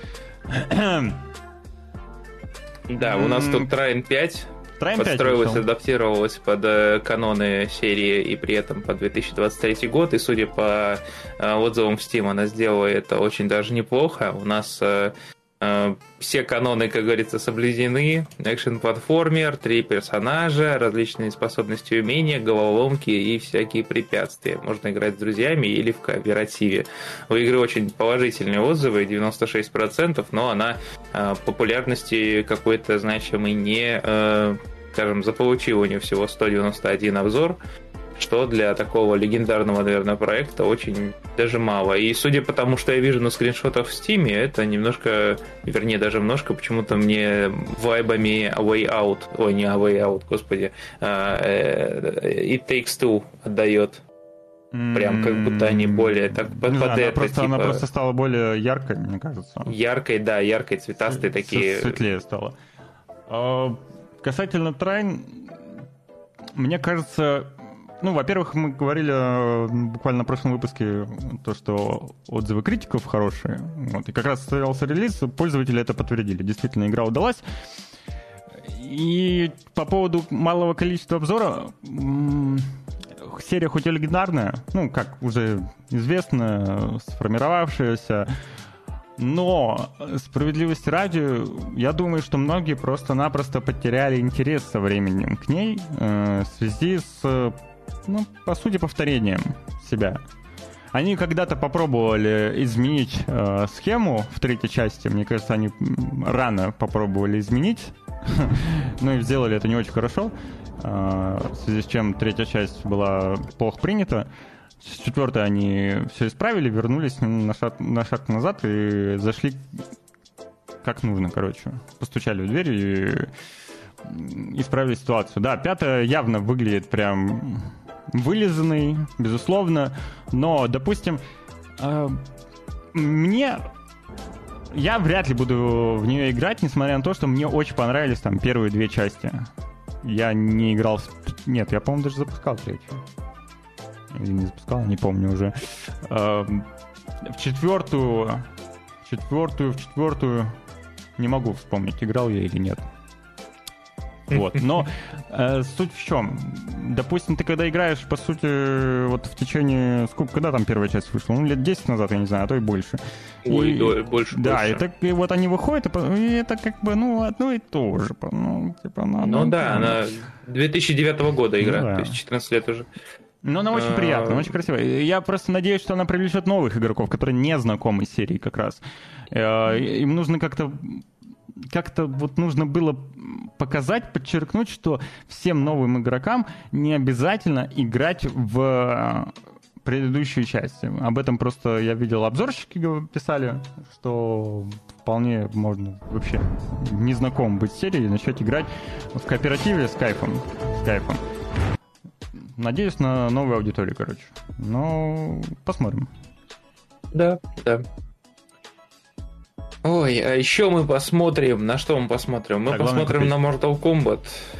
Да, у нас тут Trine 5 подстроилась, адаптировалась под каноны серии и при этом под 2023 год. И судя по отзывам в Steam, она сделала это очень даже неплохо. У нас все каноны, как говорится, соблюдены. Экшен-платформер, 3 персонажа, различные способности и умения, головоломки и всякие препятствия. Можно играть с друзьями или в кооперативе. У игры очень положительные отзывы, 96%, но она популярности какой-то значимой не, скажем, заполучила у нее всего 191 обзор, что для такого легендарного, наверное, проекта очень даже мало. И судя по тому, что я вижу на скриншотах в Steam, это немножко, вернее, даже немножко почему-то мне вайбами A Way Out, ой, не A Way Out, господи, It Takes Two отдает. Прям как будто они более так под это, она просто стала более яркой, мне кажется. Яркой, да, яркой, цветастой такие. Светлее стала. Касательно Trine, мне кажется... Ну, во-первых, мы говорили буквально на прошлом выпуске то, что отзывы критиков хорошие. Вот. И как раз состоялся релиз, пользователи это подтвердили. Действительно, игра удалась. И по поводу малого количества обзора, серия хоть и легендарная, ну, как уже известно, сформировавшаяся, но справедливости ради, я думаю, что многие просто-напросто потеряли интерес со временем к ней в связи с... Ну, по сути, повторением себя. Они когда-то попробовали изменить схему в третьей части. Мне кажется, они рано попробовали изменить. Ну и сделали это не очень хорошо. В связи с чем третья часть была плохо принята. С четвертой они все исправили, вернулись на шаг назад и зашли как нужно, короче. Постучали в дверь и исправили ситуацию. Да, пятая явно выглядит прям вылизанной, безусловно, но, допустим, я вряд ли буду в нее играть, несмотря на то, что мне очень понравились там первые 2 части. Я не играл... Нет, я, по-моему, даже запускал 3-ю. Или не запускал, не помню уже. В четвертую не могу вспомнить, играл я или нет. Вот. Но суть в чем? Допустим, ты когда играешь, по сути, вот в течение... Сколько, когда там первая часть вышла? Ну, лет 10 назад, я не знаю, а то и больше. Ой, больше. Да, и вот они выходят, и это как бы, ну, одно и то же. Ну, типа, ну да, она 2009 года игра, то есть 14 лет уже. Но она очень приятная, очень красивая. Я просто надеюсь, что она привлечет новых игроков, которые не знакомы с серией как раз. Им нужно как-то вот нужно было показать, подчеркнуть, что всем новым игрокам не обязательно играть в предыдущую часть. Об этом просто я видел, обзорщики писали, что вполне можно вообще незнаком быть с серией и начать играть в кооперативе с кайфом. Надеюсь на новую аудиторию, короче. Но посмотрим. Да. Ой, а еще мы посмотрим... На что мы посмотрим? Мы посмотрим на Mortal Kombat.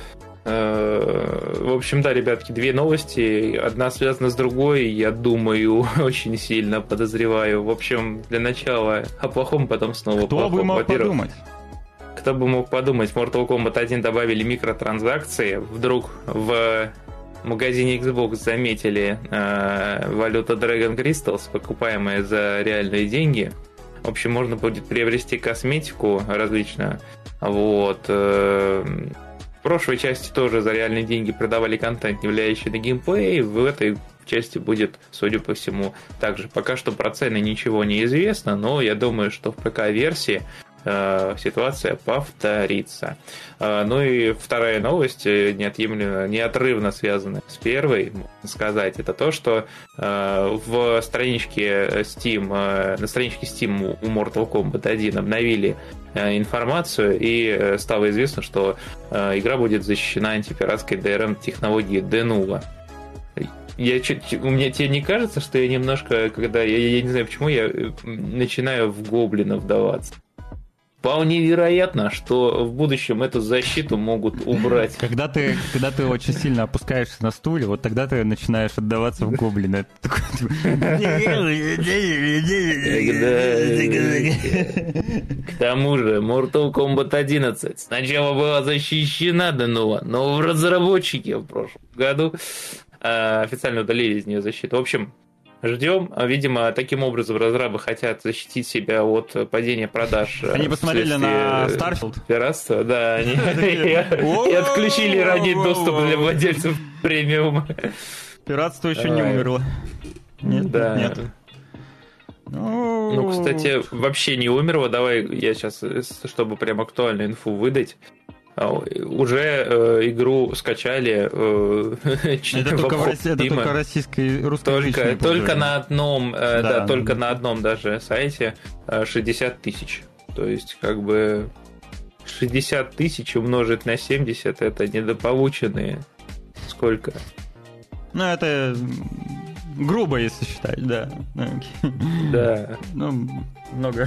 В общем, да, ребятки, две новости. Одна связана с другой, я думаю, очень сильно подозреваю. В общем, для начала о плохом, потом снова Кто бы мог подумать? Кто бы мог подумать, в Mortal Kombat 1 добавили микротранзакции. Вдруг в магазине Xbox заметили валюта Dragon Crystals, покупаемая за реальные деньги. В общем, можно будет приобрести косметику различную. Вот. В прошлой части тоже за реальные деньги продавали контент, не влияющий на геймплей. В этой части будет, судя по всему, также. Пока что про цены ничего не известно, но я думаю, что в ПК-версии ситуация повторится. Ну и вторая новость, неотрывно связанная с первой, можно сказать, это то, что в страничке Steam, на страничке Steam у Mortal Kombat 1 обновили информацию, и стало известно, что игра будет защищена антипиратской DRM-технологией Denuvo. Тебе не кажется, что я немножко, когда я не знаю почему, я начинаю в гоблина вдаваться? Вполне вероятно, что в будущем эту защиту могут убрать. Когда ты очень сильно опускаешься на стуле, вот тогда ты начинаешь отдаваться в гоблина. К тому же, Mortal Kombat 11 сначала была защищена Denuvo, но разработчики в прошлом году официально удалили из нее защиту. В общем, ждем. Видимо, таким образом разрабы хотят защитить себя от падения продаж. Они посмотрели на Starfield. Пиратство, да. И отключили ранний доступ для владельцев премиума. Пиратство еще не умерло. Нет. Ну, кстати, вообще не умерло. Давай я сейчас, чтобы прям актуальную инфу выдать. Уже игру скачали. Это только российской, русской. Только на одном, только на одном даже сайте 60 тысяч. То есть, как бы 60 тысяч умножить на 70, это недополученные. Сколько? Ну, это грубо, если считать, да. Да. Ну, много.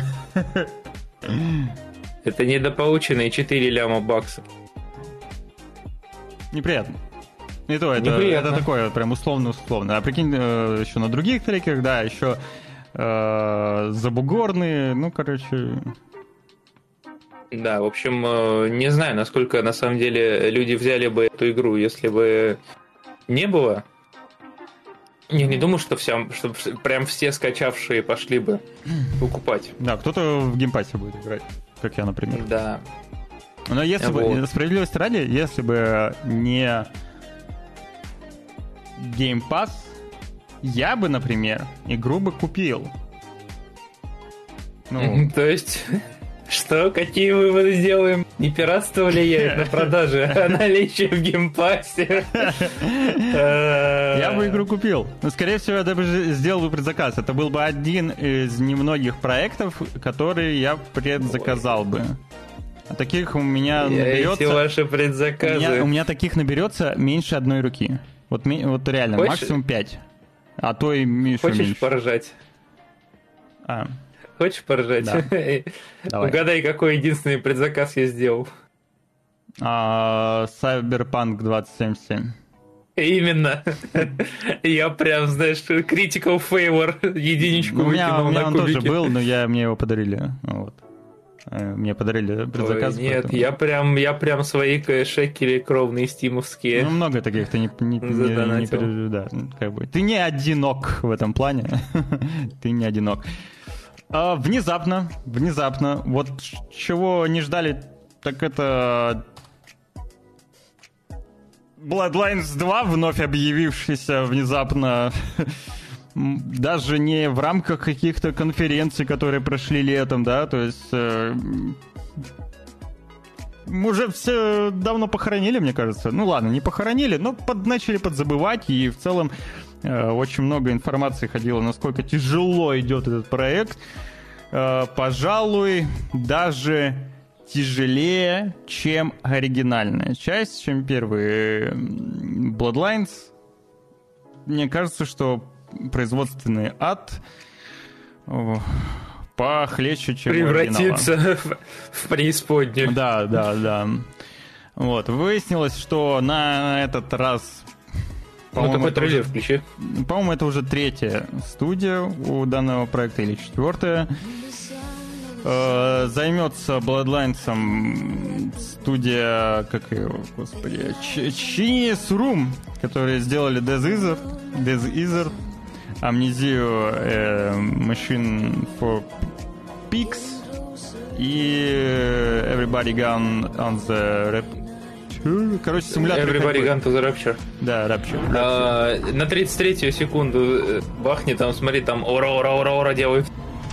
Это недополученные 4 ляма баксов. Неприятно. И то, это такое прям условно. А прикинь, еще на других треках, да, еще забугорные, ну, короче... Да, в общем, не знаю, насколько на самом деле люди взяли бы эту игру, если бы не было. Я не думаю, что прям все скачавшие пошли бы покупать. Да, кто-то в геймпассе будет играть, как я, например. Да. Но если бы, справедливости ради, если бы не Game Pass, я бы, например, игру бы купил. Ну. То есть... Что? Какие выводы сделаем? Не пиратство влияет на продажи, а наличие в геймпассе. Я бы игру купил. Но, скорее всего, я даже сделал бы предзаказ. Это был бы один из немногих проектов, которые я предзаказал бы. А таких у меня наберется... Эти ваши предзаказы. У меня таких наберется меньше одной руки. Вот реально, максимум 5. А то и меньше. Хочешь поржать? Хочешь поржать? Да. Угадай, какой единственный предзаказ я сделал. Cyberpunk 2077. Именно. Я прям, знаешь, critical favor, единичку выкинул на кубике. У меня он тоже был, но мне его подарили. Вот. Мне подарили предзаказ. Ой, нет, я прям свои шекели кровные стимовские. Ну, много таких, ты не да, как бы. Ты не одинок в этом плане. Ты не одинок. Внезапно, вот чего не ждали, так это Bloodlines 2, вновь объявившийся внезапно, даже не в рамках каких-то конференций, которые прошли летом, да, то есть уже все давно похоронили, мне кажется. Ну ладно, не похоронили, но начали подзабывать, и в целом очень много информации ходило, насколько тяжело идет этот проект. пожалуй, даже тяжелее, чем оригинальная часть, чем первый Bloodlines. Мне кажется, что производственный ад похлеще, чем превратится в преисподнюю. Да. Вот. Выяснилось, что на этот раз... такой трейлер включи. По-моему, это уже 3-я студия у данного проекта, или 4-я. Займется Bloodlines студия, как его, господи, Genius Room, которые сделали Death Eather, Амнезию, Machine for Pigs и Everybody Gone on the Rapture. Короче, симулятор. Everybody Gone to the Rapture. Да, Rapture. На 33-ю секунду бахни, там, смотри, там ура делают.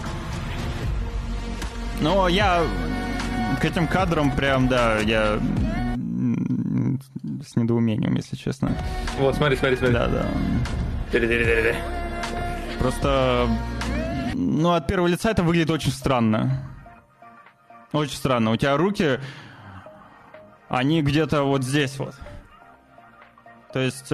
Но я к этим кадрам прям, да, я с недоумением, если честно. Вот, смотри. Да. Просто, от первого лица это выглядит очень странно. Очень странно. У тебя руки, они где-то вот здесь вот. То есть,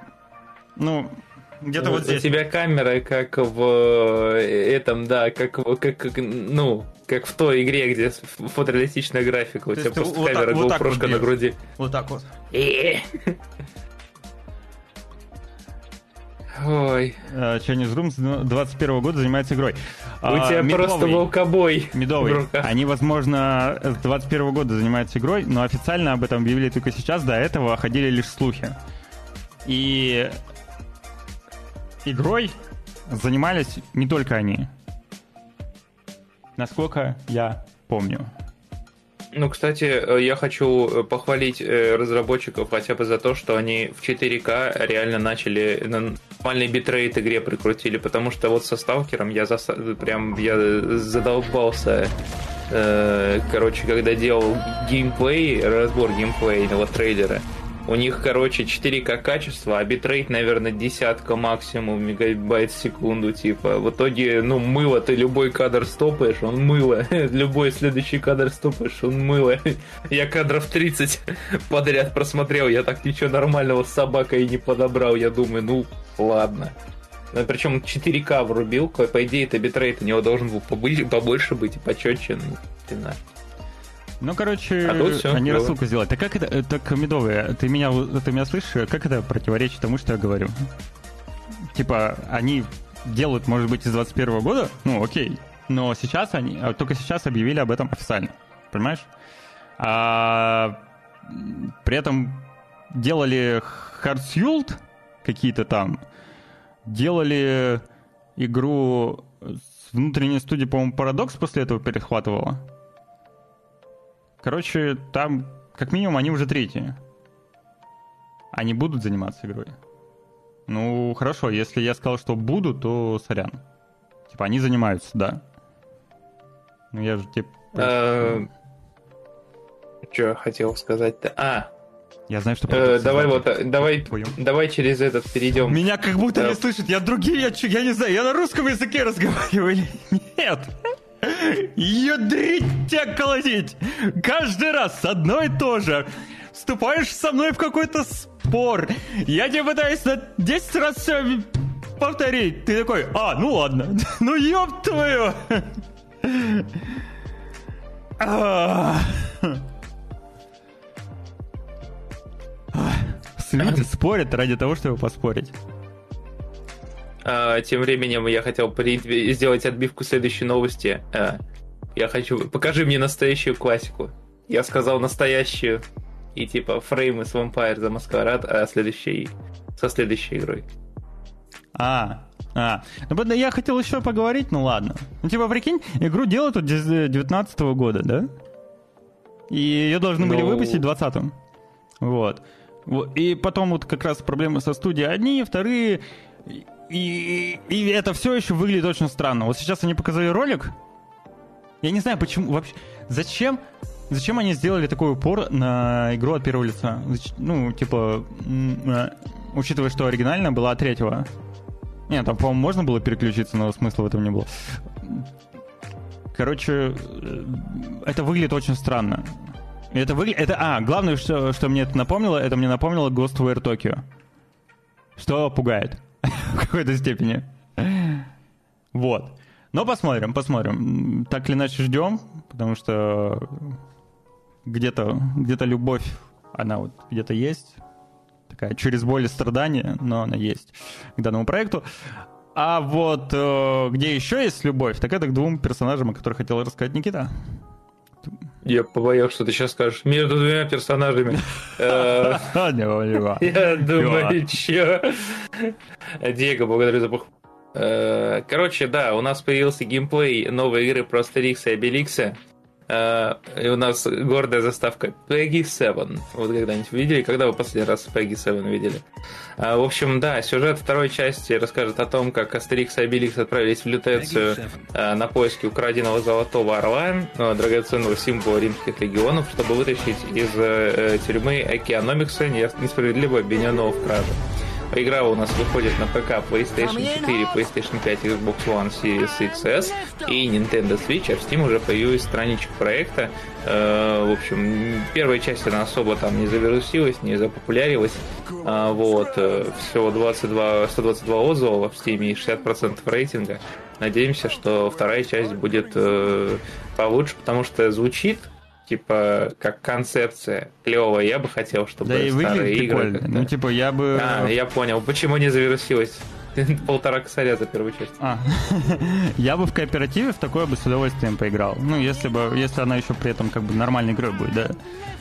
где-то вот здесь. У тебя камера как в этом, да, как в той игре, где фотореалистичная графика. У тебя просто камера GoPro на груди. Вот так вот. Ой. Chinese Room с 21 года занимается игрой. У тебя просто волкобой. Медовый. Они, возможно, с 21 года занимаются игрой, но официально об этом объявили только сейчас. До этого ходили лишь слухи. И игрой занимались не только они. Насколько я помню. Кстати, я хочу похвалить разработчиков хотя бы за то, что они в 4К реально начали нормальный битрейт игре прикрутили, потому что вот со Сталкером я задолбался. Когда делал геймплей, разбор геймплейного трейлера, у них, 4К качество, а битрейт, наверное, 10 максимум мегабайт в секунду, типа. В итоге, мыло, ты любой кадр стопаешь, он мыло. Любой следующий кадр стопаешь, он мыло. Я кадров 30 подряд просмотрел, я так ничего нормального с собакой не подобрал. Я думаю, ладно. Причем 4К врубил, по идее, это битрейт у него должен был побольше быть и почетче. Они рассылку сделали. Так как это, так, Медовый, ты меня слышишь? Как это противоречит тому, что я говорю? Типа, они делают, может быть, из 21 года? Окей. Но только сейчас объявили об этом официально. Понимаешь? При этом делали Heartsfield какие-то там. Делали игру с внутренней студии, по-моему, Paradox после этого перехватывала. Там, как минимум, они уже 3-е. Они будут заниматься игрой. Хорошо, если я сказал, что буду, то сорян. Типа, они занимаются, да. Я же что я хотел сказать-то? Я знаю, что... Давай через этот перейдем. Меня как будто не слышат. Я не знаю, я на русском языке разговариваю или нет. Ядрить тебя колотить! Каждый раз одно и то же. Вступаешь со мной в какой-то спор. Я тебе пытаюсь на 10 раз все повторить. Ты такой, ладно. Ёб твою! Люди спорят ради того, чтобы поспорить. Тем временем я хотел сделать отбивку следующей новости. Покажи мне настоящую классику. Я сказал настоящую. И типа фреймы с Vampire the Masquerade, со следующей игрой. Я хотел еще поговорить, ладно. Прикинь, игру делают от 2019 года, да? И ее должны были выпустить в 2020. Вот. И потом как раз проблемы со студией. Одни, вторые... И это все еще выглядит очень странно. Вот сейчас они показали ролик. Я не знаю, почему вообще... Зачем они сделали такой упор на игру от первого лица? Учитывая, что оригинальная была от 3-го. Нет, там, по-моему, можно было переключиться, но смысла в этом не было. Короче, это выглядит очень странно. Главное, что мне это напомнило, мне напомнило Ghostwire Tokyo. Что пугает в какой-то степени. Вот. Но посмотрим. Так или иначе ждем, потому что где-то любовь, она вот где-то есть. Такая через боль и страдания, но она есть к данному проекту. А вот где еще есть любовь, так это к двум персонажам, о которых хотел рассказать Никита. Я побоялся, что ты сейчас скажешь между двумя персонажами. Я думаю, чё? Диего, благодарю за похвалу. Короче, да, у нас появился геймплей новой игры про Астерикса и Обеликса. И у нас гордая заставка Peggy 7. Вот когда-нибудь видели? Когда вы последний раз Peggy 7 видели? В общем, да, сюжет второй части расскажет о том, как Астерикс и Обеликс отправились в Лютецию на поиски украденного золотого орла, драгоценного символа римских легионов, чтобы вытащить из тюрьмы Экономикса, несправедливо обвиненного в краже. Игра у нас выходит на ПК, PlayStation 4, PlayStation 5, Xbox One, Series XS и Nintendo Switch, а в Steam уже появилась страничка проекта. В общем, первая часть она особо там не завирусилась, не запопулярилась. Вот. Всего 122 отзыва в Steam и 60% рейтинга. Надеемся, что вторая часть будет получше, потому что звучит типа как концепция клевая. Я бы хотел, чтобы да старые игры как-то... Ну, типа, я бы... я понял. Почему не завирусилась? 1,5 косаря за первую часть. Я бы в кооперативе в такое бы с удовольствием поиграл. Ну, если она еще при этом как бы нормальной игрой будет, да.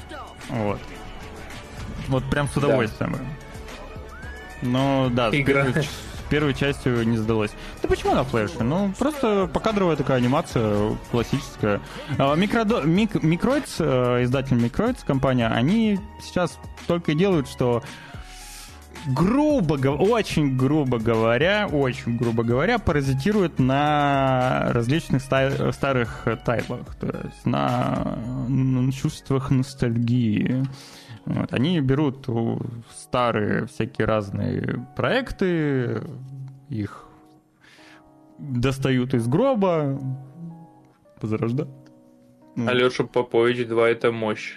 Вот прям с удовольствием. Да. Но да, первой частью не сдалось. Да почему на флеше? Ну, просто покадровая такая анимация классическая. Микроидс, издатель Микроидс, компания, они сейчас только и делают, что очень грубо говоря, паразитируют на различных старых тайтлах, то есть на чувствах ностальгии. Вот. Они берут старые всякие разные проекты, их достают из гроба, возрождают. Алеша Попович 2 — это мощь.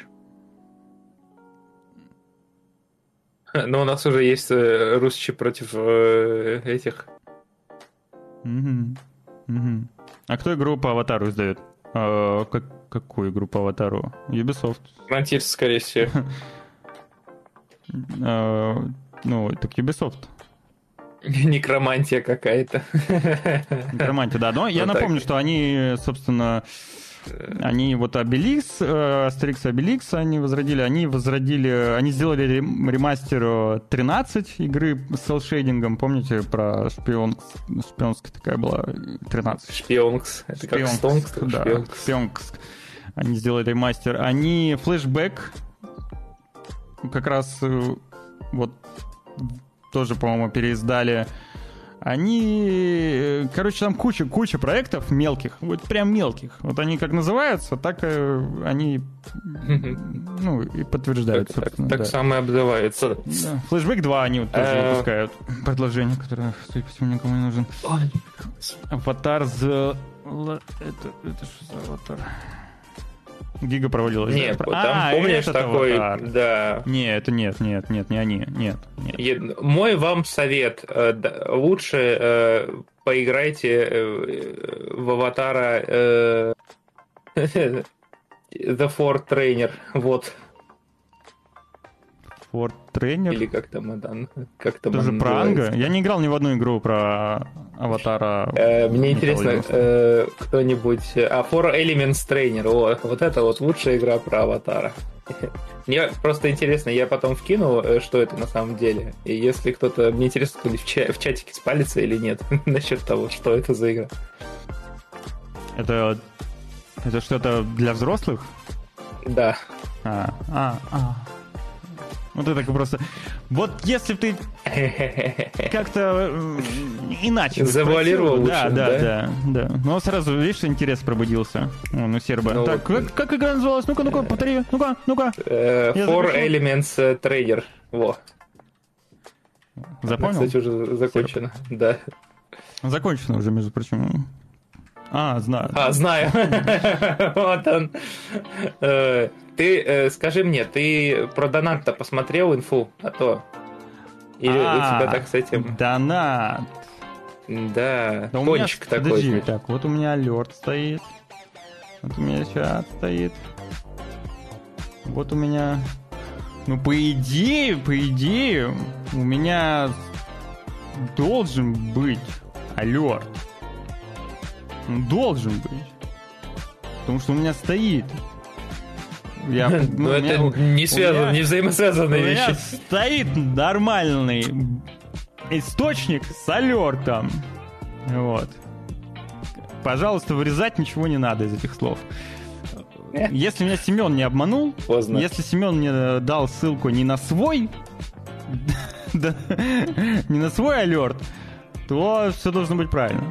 Но у нас уже есть русичи против этих. А кто игру по Аватару издает? Какую игру по Аватару? Ubisoft. Frontier, скорее всего. Ну, так Ubisoft. Некромантия какая-то. Некромантия, да. Но я напомню, что они, собственно, вот Астерикс и Обеликс они сделали ремастер 13 игры с селшейдингом. Помните про шпионская такая была 13? Шпионкс. Это как Стонкс, да, Шпионкс. Они сделали ремастер. Они флешбэк как раз вот тоже, по-моему, переиздали. Они... Короче, там куча проектов мелких, вот прям мелких. Вот они как называются, так они и подтверждаются. Так самое обзывается. Да. Флэшбэк 2 они вот тоже выпускают. Предложение, которое, судя по всему, никому не нужен. Аватар это что за аватар? Гига провалилась. Нет, там помнишь такой... Аватар. Да. Нет, не они. Нет. Мой вам совет. Лучше поиграйте в Аватара The Ford Trainer. Вот. Ford Trainer? Или как там это? Тоже про Анга? Я не играл ни в одну игру про Аватара. Мне интересно, кто-нибудь... Four Elements Trainer. Вот это вот лучшая игра про Аватара. Мне просто интересно, я потом вкину, что это на самом деле. И если кто-то... Мне интересно, кто-нибудь в чатике спалится или нет насчет того, что это за игра. Это что-то для взрослых? Да. Вот это просто... Вот если бы ты как-то иначе... Завуалировал лучше, да. Но сразу, видишь, интерес пробудился у серба. Так, как игра называлась? Ну-ка, повтори. Ну-ка. Four Elements Trainer. Во. Запомнил? Кстати, уже закончено. Да. Закончено уже, между прочим. Знаю. Знаю. Вот он. Ты скажи мне, ты про донат-то посмотрел инфу? А то... Или у тебя так с этим... Донат. Да, да кончик такой. Подожди, так, вот у меня алерт стоит. Вот у меня чат стоит. Вот у меня... Ну, по идее, у меня должен быть алерт. Должен быть. Потому что у меня стоит. Но это не связано, не взаимосвязанные вещи. У меня стоит нормальный источник с алертом. Вот. Пожалуйста, вырезать ничего не надо из этих слов. Если меня Семен не обманул, поздно. Если Семен мне дал ссылку не на свой, не на свой алерт, то все должно быть правильно.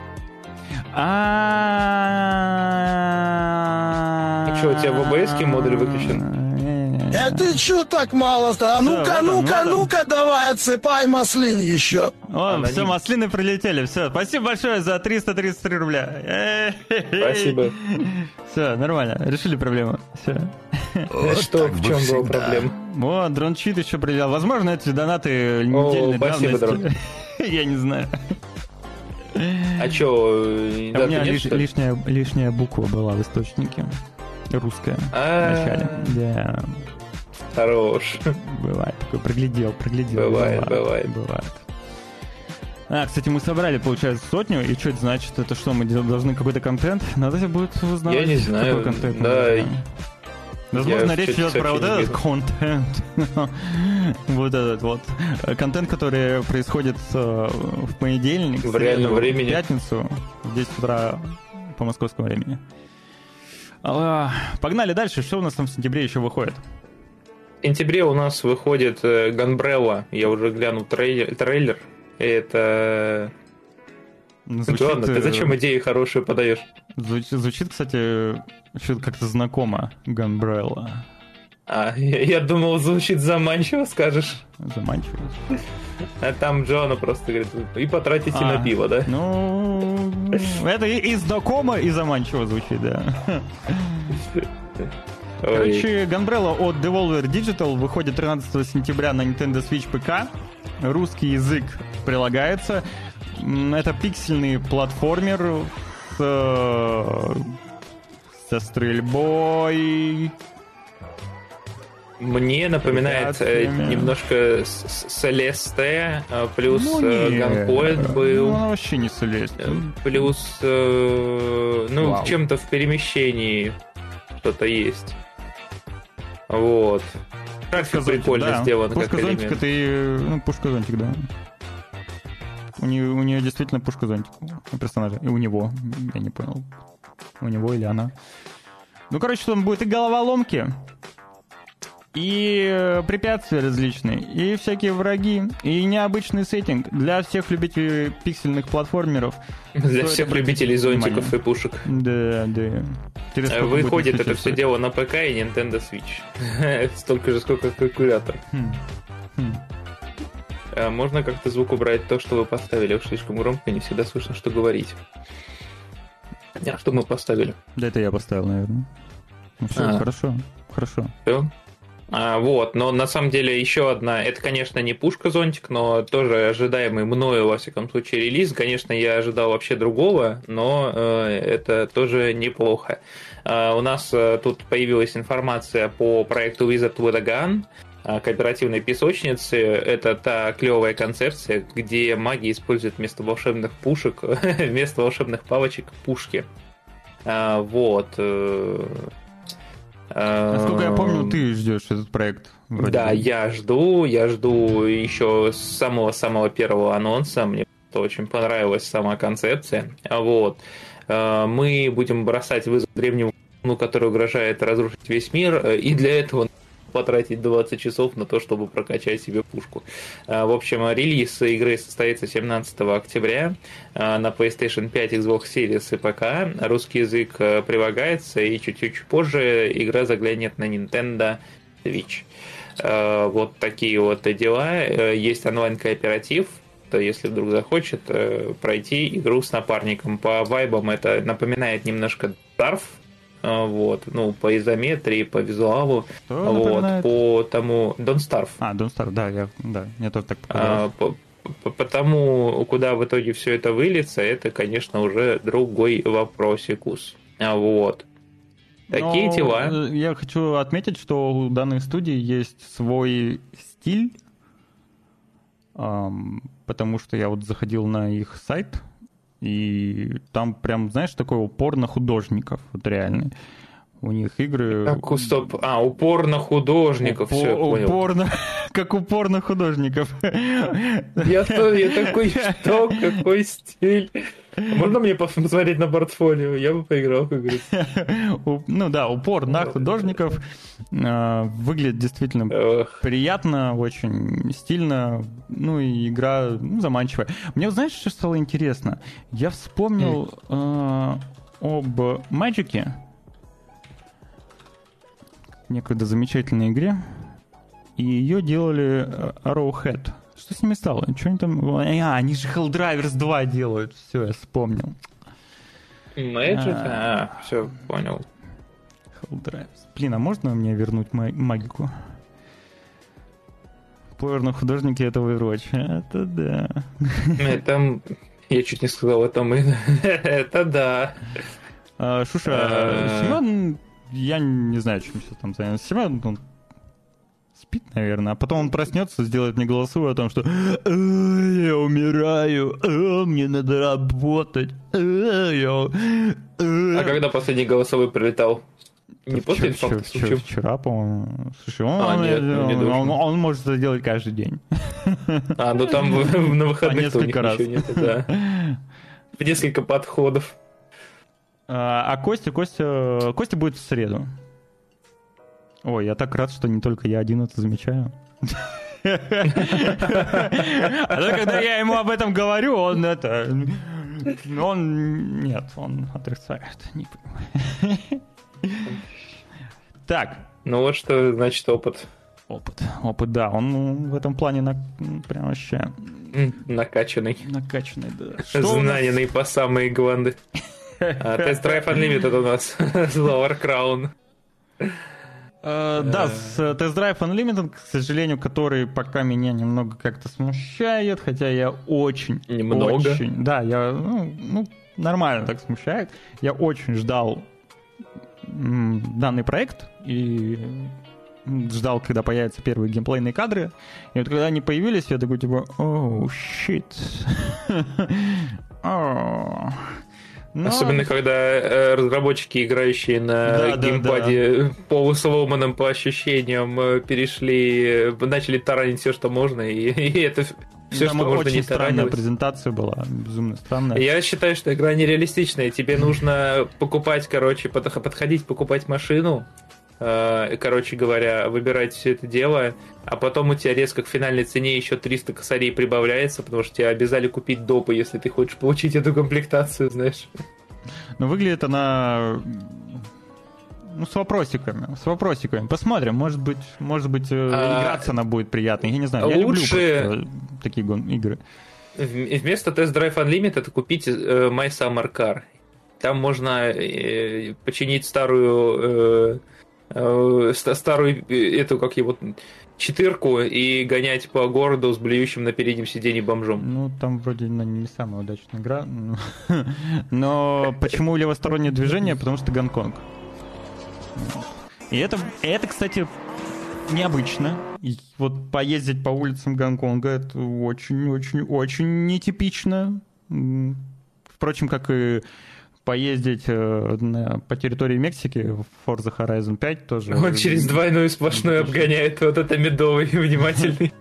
Что, у тебя в ОБС модуль выключен? Ты чё так мало-то? Ну-ка, давай, отсыпай маслин еще. Все, маслины прилетели. Все, спасибо большое за 333 рубля. Спасибо. Все, нормально, решили проблему. Все. Что, в чем была проблема? Вот, дрон-чит еще прилетел. Возможно, эти донаты недельной давности. Я не знаю. А что, у меня лишняя буква была в источнике. Русская в начале. Да. Хорош. Бывает такой, проглядел. Бывает. Кстати, мы собрали, получается, 100, и что это значит? Это что, мы должны какой-то контент? Надо будет узнавать. Я не знаю. Какой контент. Да. Возможно, речь идет про вот этот контент. Вот этот вот. Контент, который происходит в понедельник. В реальном времени. В пятницу, в 10 утра по московскому времени. Погнали дальше. Что у нас там в сентябре еще выходит? В сентябре у нас выходит Gunbrella. Я уже глянул трейлер. Это... Ладно, ты зачем идеи хорошие подаешь? Звучит, кстати, как-то знакомо. Gunbrella. Я думал, звучит заманчиво, скажешь. Заманчиво. А там Джона просто говорит, и потратите на пиво, да? Ну, это и знакомо, и заманчиво звучит, да. Короче, Gunbrella от Devolver Digital выходит 13 сентября на Nintendo Switch ПК. Русский язык прилагается. Это пиксельный платформер со стрельбой. Мне напоминает немножко Celeste, плюс Gunpoint был. Ну, вообще не Celeste. Плюс, чем-то в перемещении что-то есть. Вот. График прикольно сделан. Пушка-зонтик это и... пушка-зонтик, да. У нее действительно пушка-зонтик у персонажа. И у него. Я не понял. У него или она. Короче, там будет и головоломки, и препятствия различные, и всякие враги, и необычный сеттинг для всех любителей пиксельных платформеров. Для всех любителей зонтиков и пушек. Да. Выходит это все дело на ПК и Nintendo Switch. Столько же, сколько калькулятор. Можно как-то звук убрать то, что вы поставили? Уж слишком громко, не всегда слышно, что говорить. А что мы поставили? Да это я поставил, наверное. Все, хорошо. Все? Но на самом деле еще одна, это, конечно, не пушка-зонтик, но тоже ожидаемый мною, во всяком случае, релиз. Конечно, я ожидал вообще другого, но это тоже неплохо. У нас тут появилась информация по проекту Wizard with a Gun, кооперативной песочницы. Это та клевая концепция, где маги используют вместо волшебных пушек, вместо волшебных палочек пушки. Насколько я помню, ты ждешь этот проект. Да, я жду еще с самого первого анонса. Мне очень понравилась сама концепция. Мы будем бросать вызов древнему, который угрожает разрушить весь мир, и для этого потратить 20 часов на то, чтобы прокачать себе пушку. В общем, релиз игры состоится 17 октября на PlayStation 5, Xbox Series и ПК. Русский язык прилагается, и чуть-чуть позже игра заглянет на Nintendo Switch. Вот такие вот дела. Есть онлайн-кооператив. кто, если вдруг захочет, пройти игру с напарником. По вайбам это напоминает немножко Darf, вот, ну, по изометрии, по визуалу, вот, по тому... Don't Starve. Don't Starve, да, мне тоже так показалось. По тому, куда в итоге все это выльется, это, конечно, уже другой вопросикус. Вот. Такие дела. Я хочу отметить, что у данной студии есть свой стиль, потому что я вот заходил на их сайт, и там прям, знаешь, такой упор на художников, вот реальный. У них игры... Так, стоп. Упор на художников, все, я понял. Как упор на художников. Я такой, что? Какой стиль? Можно мне посмотреть на портфолио? Я бы поиграл, как говорится. Ну да, упор на художников. Выглядит действительно приятно, очень стильно. Ну и игра заманчивая. Мне, знаешь, что стало интересно? Я вспомнил об Magic'е, некогда замечательной игре, и ее делали Arrowhead. Что с ними стало? Что они там... они же Helldivers 2 делают. Все, я вспомнил. Magic? Все, понял. Helldivers. Блин, а можно мне вернуть магику? Плеер на художнике — это Overwatch. Это да. Это... Я чуть не сказал, это мы. Это да. Семен... Я не знаю, чем сейчас там занялся. Семен, он спит, наверное, а потом он проснется, сделает мне голосовую о том, что я умираю, мне надо работать. А когда последний голосовой прилетал? Не после инфаркта случилось? Вчера, по-моему. Слушай, он может это делать каждый день. Ну там на выходных несколько раз. Ничего нет, да. В несколько подходов. А Костя будет в среду. Ой, я так рад, что не только я один это замечаю. А то, когда я ему об этом говорю, он отрицает. Не понимаю. Так. Ну вот что значит опыт. Опыт, да. Он в этом плане прям вообще... Накачанный, да. Знаненный по самые гланды. Test Drive Unlimited у нас. Lower Crown. Да, с Test Drive Unlimited, к сожалению, который пока меня немного как-то смущает, хотя я очень... Немного? Да, я... нормально так смущает. Я очень ждал данный проект и ждал, когда появятся первые геймплейные кадры. И вот когда они появились, я такой типа, shit. Особенно, когда разработчики, играющие на геймпаде, полусломанным по ощущениям, начали таранить все, что можно, и это все, что можно не таранить. Очень странная презентация была, безумно странная. Я считаю, что игра нереалистичная. Тебе нужно покупать, подходить, покупать машину, короче говоря, выбирать все это дело, а потом у тебя резко к финальной цене еще 300 косарей прибавляется, потому что тебя обязали купить допы, если ты хочешь получить эту комплектацию, знаешь. Но выглядит она... с вопросиками. Посмотрим, может быть, играться она будет приятной. Я не знаю, я люблю такие игры. Вместо Test Drive Unlimited купить My Summer Car. Там можно починить старую эту, как его, четырку и гонять по городу с блюющим на переднем сиденье бомжом. Там вроде не самая удачная игра. Но почему левостороннее движение? Потому что Гонконг. И это, кстати, необычно. И вот поездить по улицам Гонконга — это очень-очень-очень нетипично. Впрочем, как и поездить по территории Мексики в Forza Horizon 5 тоже. Он через двойную сплошную обгоняет, вот это медовый и внимательный.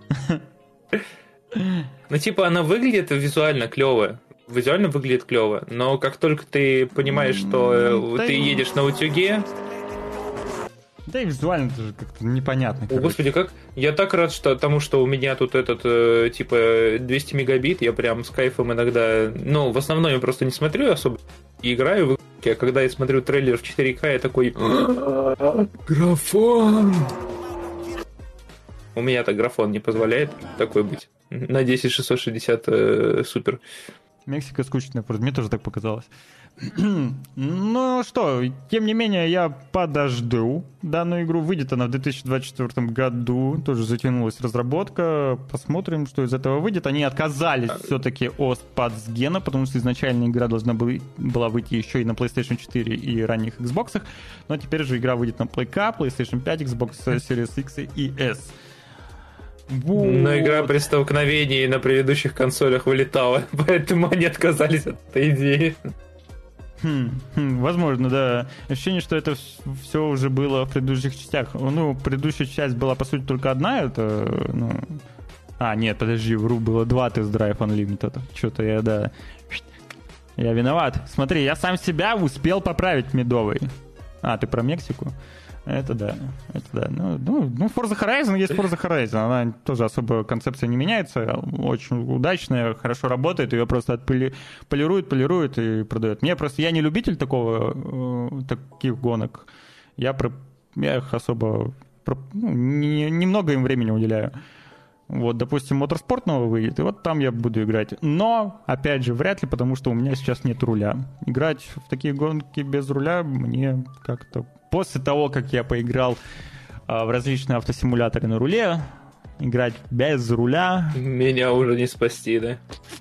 Она выглядит визуально клево. Визуально выглядит клево, но как только ты понимаешь, что ты едешь на утюге... Да и визуально тоже как-то непонятно. О, господи, как... Я так рад, тому, что у меня тут 200 мегабит, я прям с кайфом иногда... в основном я просто не смотрю особо, и играю в игры, а когда я смотрю трейлер в 4К, я такой... Графон! У меня так графон не позволяет такой быть. на 10660 супер. Мексика скучная, мне тоже так показалось. Ну что, тем не менее, я подожду данную игру. Выйдет она в 2024 году. Тоже затянулась разработка. Посмотрим, что из этого выйдет. Они отказались все-таки от спадсгена, потому что изначально игра должна была выйти еще и на PlayStation 4 и ранних Xbox. Но теперь же игра выйдет на PlayK, PlayStation 5, Xbox Series X и S. Вот. Но игра при столкновении на предыдущих консолях вылетала, поэтому они отказались от этой идеи. Возможно, да. Ощущение, что это все уже было в предыдущих частях. Ну, предыдущая часть была, по сути, только одна. Это, ну... нет, подожди, вру, было 2 Test Drive Unlimited. Что-то я виноват. Смотри, я сам себя успел поправить, Медовый. Ты про Мексику? Это да. Ну, Forza Horizon есть Forza Horizon. Она тоже особо концепция не меняется. Очень удачная, хорошо работает. Ее просто полирует и продает. Я не любитель таких гонок. Я их особо... немного им времени уделяю. Вот, допустим, Motorsport новый выйдет, и вот там я буду играть. Но, опять же, вряд ли, потому что у меня сейчас нет руля. Играть в такие гонки без руля мне как-то... После того, как я поиграл в различные автосимуляторы на руле, играть без руля... Меня уже не спасти, да?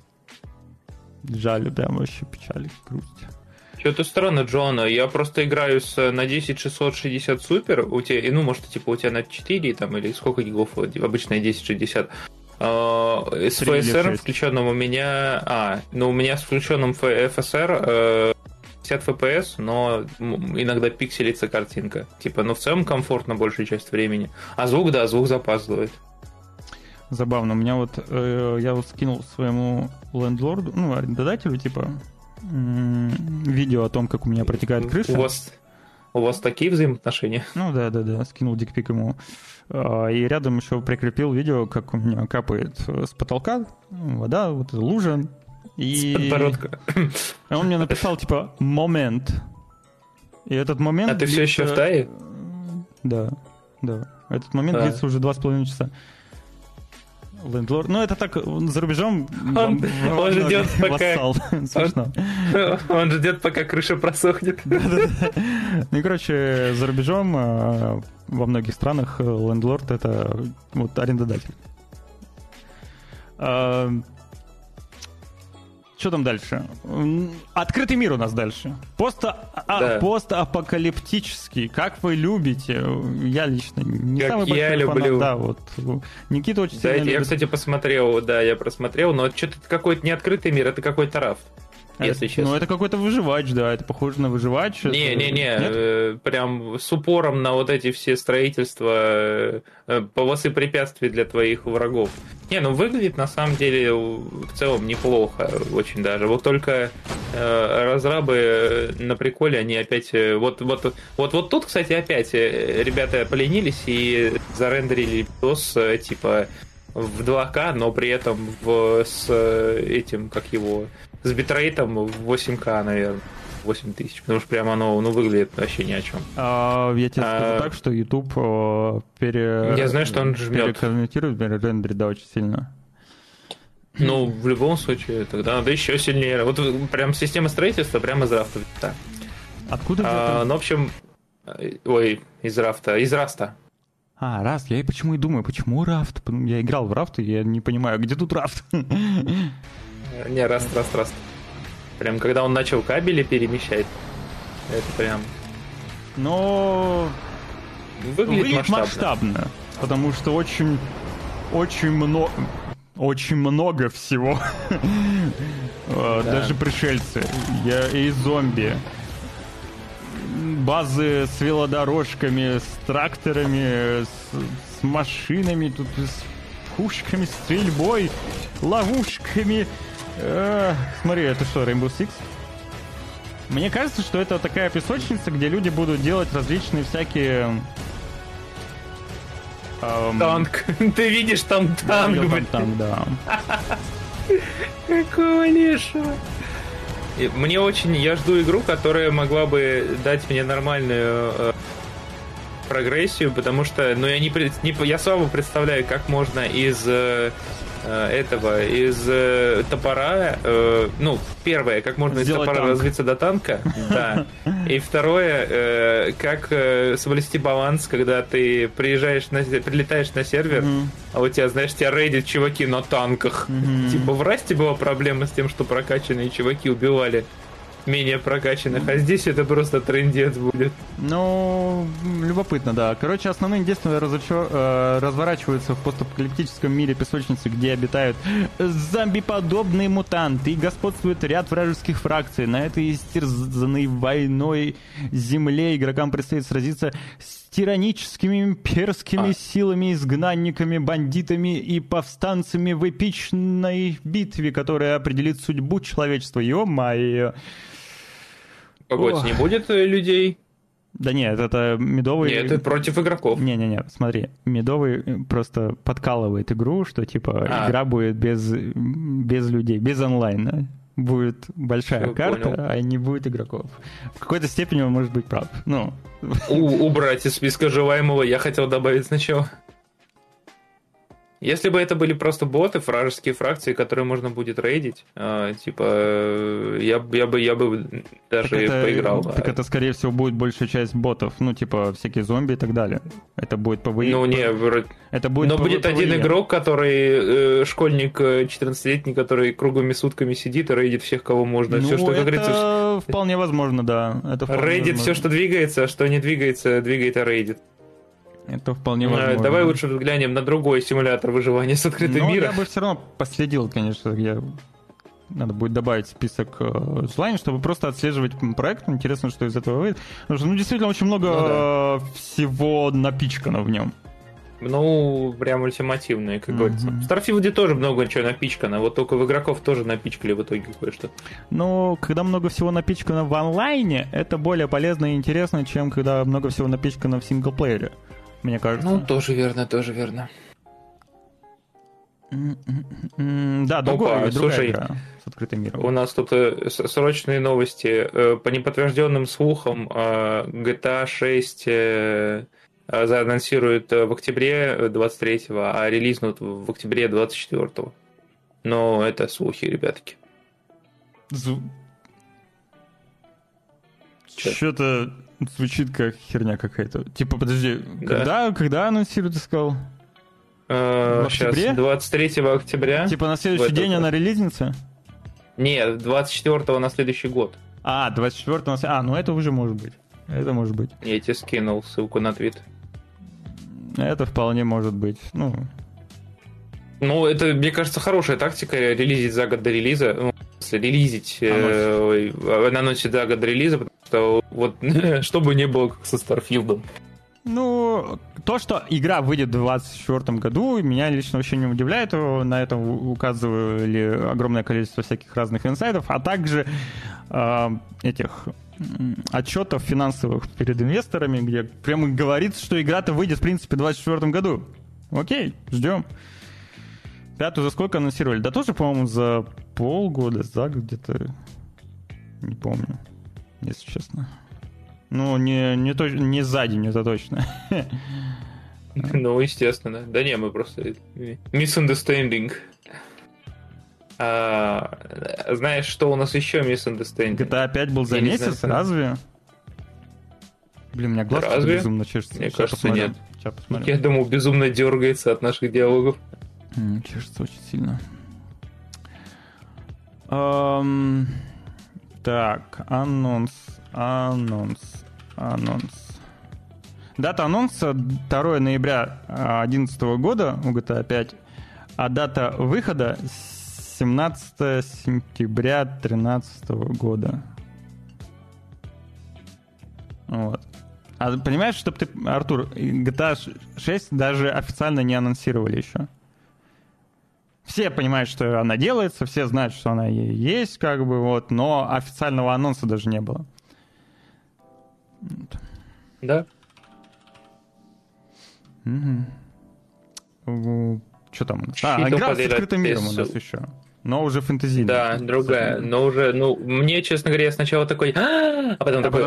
Жаль, прям вообще печаль, грусть. Что-то странно, Джона. Я просто играю на 10660 Super. У тебя, ну, может, типа у тебя на 4 там, или сколько гигов? Обычная 1060. С FSR включенным у меня... у меня с включенным FSR 50 FPS, но иногда пикселится картинка. Типа, в целом комфортно большую часть времени. А звук запаздывает. Забавно. У меня я скинул своему лендлорду, арендодателю, типа, видео о том, как у меня протекает крыша. У вас такие взаимоотношения? Ну да, скинул дикпик ему. И рядом еще прикрепил видео, как у меня капает с потолка вода, вот эта лужа. С подбородка. Он мне написал, типа, момент. И этот момент... А ты все еще в Тае? Да. Этот момент длится уже 2,5 часа. Лендлорд. Ну, это так, за рубежом... Он ждет, пока... Смешно. Он ждет, пока крыша просохнет. Ну и, короче, за рубежом во многих странах лендлорд — это вот арендодатель. Что там дальше? Открытый мир у нас дальше. Постапокалиптический. Как вы любите? Я лично не как самый большой люблю. фанат. Да, вот. Никита очень сильно любит. Я, кстати, посмотрел, я просмотрел, но что-то какой-то не открытый мир, это какой-то рафт. Если честно. Ну, это какой-то выживач, да, это похоже на выживач. Не, прям с упором на вот эти все строительства, полосы препятствий для твоих врагов. Выглядит на самом деле в целом неплохо, очень даже. Вот только разрабы на приколе, они опять... Вот тут, кстати, опять ребята поленились и зарендерили видос, типа, в 2К, но при этом с этим, с битрейтом в 8К, наверное, 8000, потому что прям оно выглядит вообще ни о чем. Я тебе скажу так, что YouTube я знаю, что он жмет. Переконвертирует, рендерит, да, очень сильно. В любом случае, тогда надо еще сильнее. Вот прям система строительства прямо из рафта. Да. Откуда в общем... из рафта. Из раста. Раст. Я и почему и думаю, почему рафт? Я играл в рафт, и я не понимаю, где тут рафт? Не, раст. Прям когда он начал кабели перемещать, это прям... Но... Выглядит масштабно. Потому что очень много всего. Даже пришельцы. И зомби. Базы с велодорожками, с тракторами, с машинами, тут с пушками, стрельбой, ловушками. Смотри, это что, Rainbow Six? Мне кажется, что это такая песочница, где люди будут делать различные всякие... Танк. Ты видишь там танк, блин. Танк, да. Какого лешего? Я жду игру, которая могла бы дать мне нормальную прогрессию, потому что, я слабо представляю, как можно из этого, из топора, ну, первое, как можно Сделать из топора танк. развиться до танка, да, и второе, как соблюсти баланс, когда ты прилетаешь на сервер, а у тебя, знаешь, тебя рейдят чуваки на танках. Типа в Расте была проблема с тем, что прокачанные чуваки убивали менее прокачанных, а здесь это просто трындец будет. Ну, любопытно, да. Короче, основные действия разворачиваются в постапокалиптическом мире песочницы, где обитают зомбиподобные мутанты и господствует ряд вражеских фракций. На этой истерзанной войной земле игрокам предстоит сразиться с тираническими имперскими силами, изгнанниками, бандитами и повстанцами в эпичной битве, которая определит судьбу человечества. Ё-моё! Погодь, не будет людей? Да нет, это медовый... Нет, это против игроков. Не-не-не, смотри, медовый просто подкалывает игру, что типа игра будет без людей, без онлайна. Будет большая Всё, карта, понял. а не будет игроков. В какой-то степени он может быть прав. Ну, Убрать из списка желаемого я хотел добавить сначала. Если бы это были просто боты, вражеские фракции, которые можно будет рейдить, типа, я бы даже поиграл. Так это, скорее всего, будет большая часть ботов, ну, типа, всякие зомби и так далее. Это будет ПВИ. Ну, не, вроде... Это будет Но будет PvE. один игрок, который, школьник 14-летний, который круглыми сутками сидит и рейдит всех, кого можно. Ну, Все, что, как это говорится, вполне возможно, да. Это вполне рейдит возможно. все, что двигается, а что не двигается, двигает и рейдит. Это вполне возможно. Давай лучше взглянем на другой симулятор выживания с открытым Но миром. я бы все равно последил, конечно, надо будет добавить список желаний, чтобы просто отслеживать проект. Интересно, что из этого выйдет. Потому что, действительно, очень много всего напичкано в нем. Ну, прям ультимативные, как говорится. В Starfield тоже много чего напичкано, вот только в игроков тоже напичкали в итоге кое-что. Но когда много всего напичкано в онлайне, это более полезно и интересно, чем когда много всего напичкано в синглплеере, мне кажется. Ну, тоже верно, тоже верно. Да, другая слушай, игра с открытым миром. У нас тут срочные новости. По неподтвержденным слухам, GTA 6 заанонсируют в октябре 23-го, а релизнут в октябре 24-го. Но это слухи, ребятки. Что-то звучит как херня какая-то. Типа, подожди, Да. когда анонсируют, ты сказал? В октябре? Сейчас, 23 октября. Типа на следующий день она релизнится? Нет, 24-го на следующий год. 24-го. Ну это уже может быть. Это может быть. Я тебе скинул ссылку на твит. Это вполне может быть. Ну, это, мне кажется, хорошая тактика релизить за год до релиза. Ну, если релизить, анонсить за год до релиза, потому что вот чтобы не было как со Старфилдом. ну, то, что игра выйдет в 2024 году, меня лично вообще не удивляет. На этом указывали огромное количество всяких разных инсайдов, а также этих отчетов финансовых перед инвесторами, где прямо говорится, что игра-то выйдет, в принципе, в 2024 году. Окей, ждем. Пятую за сколько анонсировали? Да тоже, по-моему, за полгода, за год где-то. Не помню, если честно. Ну, не за день, это точно. Ну, естественно. Да не, мы просто... Misunderstanding. Знаешь, что у нас еще misunderstanding? GTA 5 был за Я не месяц, знаю, разве? Блин, у меня глаз Разве? безумно чешется. Мне Щас кажется, посмотрю. нет. Сейчас посмотрю. Я думал, безумно дергается от наших диалогов. Чешется очень сильно. Так, анонс. Дата анонса 2 ноября 2011 года у GTA 5, а дата выхода 17 сентября 2013 года. Вот. А понимаешь, чтобы ты, Артур, GTA 6 даже официально не анонсировали еще. Все понимают, что она делается, все знают, что она есть, как бы, вот, но официального анонса даже не было. Вот. Да. Что там у нас? Чьи-то Игра с подали открытым миром у нас песню. еще. Но уже фэнтезийная. Да, другая. Но уже, мне, честно говоря, я сначала такой... А потом такой...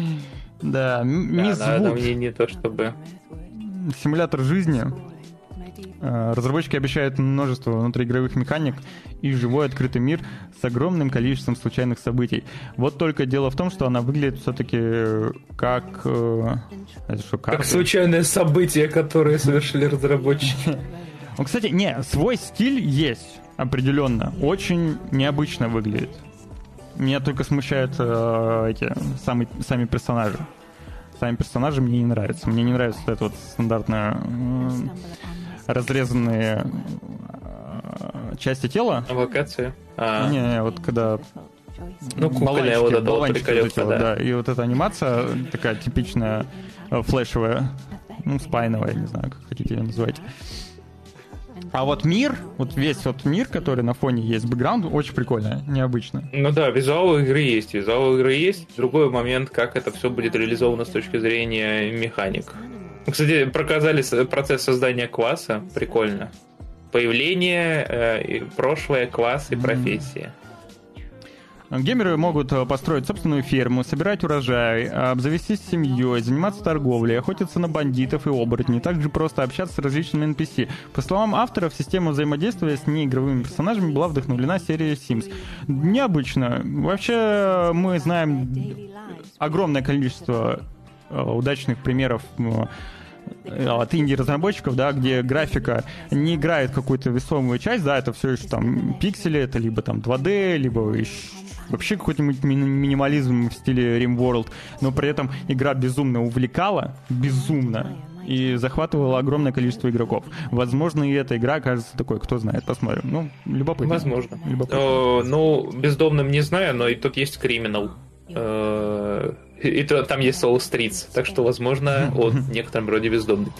Да, Да, Мисс но Вуд. мне не то, чтобы... Симулятор жизни. Разработчики обещают множество внутриигровых механик и живой открытый мир с огромным количеством случайных событий. Вот только дело в том, что она выглядит все-таки как... Как случайное событие, которое совершили разработчики. Ну, кстати, свой стиль есть определенно. Очень необычно выглядит. Меня только смущают сами персонажи. Сами персонажи мне не нравятся. Мне не нравится вот эта вот стандартная разрезанные части тела. Локация? Не, вот когда... кукольная вот эта вот приколёвка, да. И вот эта анимация такая типичная, флешевая, спайновая, не знаю, как хотите ее называть. А вот весь мир, который на фоне есть бэкграунд, очень прикольно, необычно. Ну да, визуал у игры есть. Другой момент, как это все будет реализовано с точки зрения механик. Кстати, показали процесс создания класса, прикольно. Появление, прошлое, класс и профессия. Геймеры могут построить собственную ферму, собирать урожай, обзавестись семьей, заниматься торговлей, охотиться на бандитов и оборотней, также просто общаться с различными NPC. По словам авторов, система взаимодействия с неигровыми персонажами была вдохновлена серией Sims. Необычно. Вообще, мы знаем огромное количество удачных примеров от инди-разработчиков, да, где графика не играет какую-то весомую часть, да, это все еще там пиксели, это либо там 2D, либо вообще какой-нибудь минимализм в стиле RimWorld, но при этом игра безумно увлекала, и захватывала огромное количество игроков. Возможно, и эта игра окажется такой, кто знает, посмотрим. Любопытно. Возможно. Бездомным не знаю, но и тут есть Criminal. И там есть Soul Streets, так что, возможно, он в некотором роде бездомный.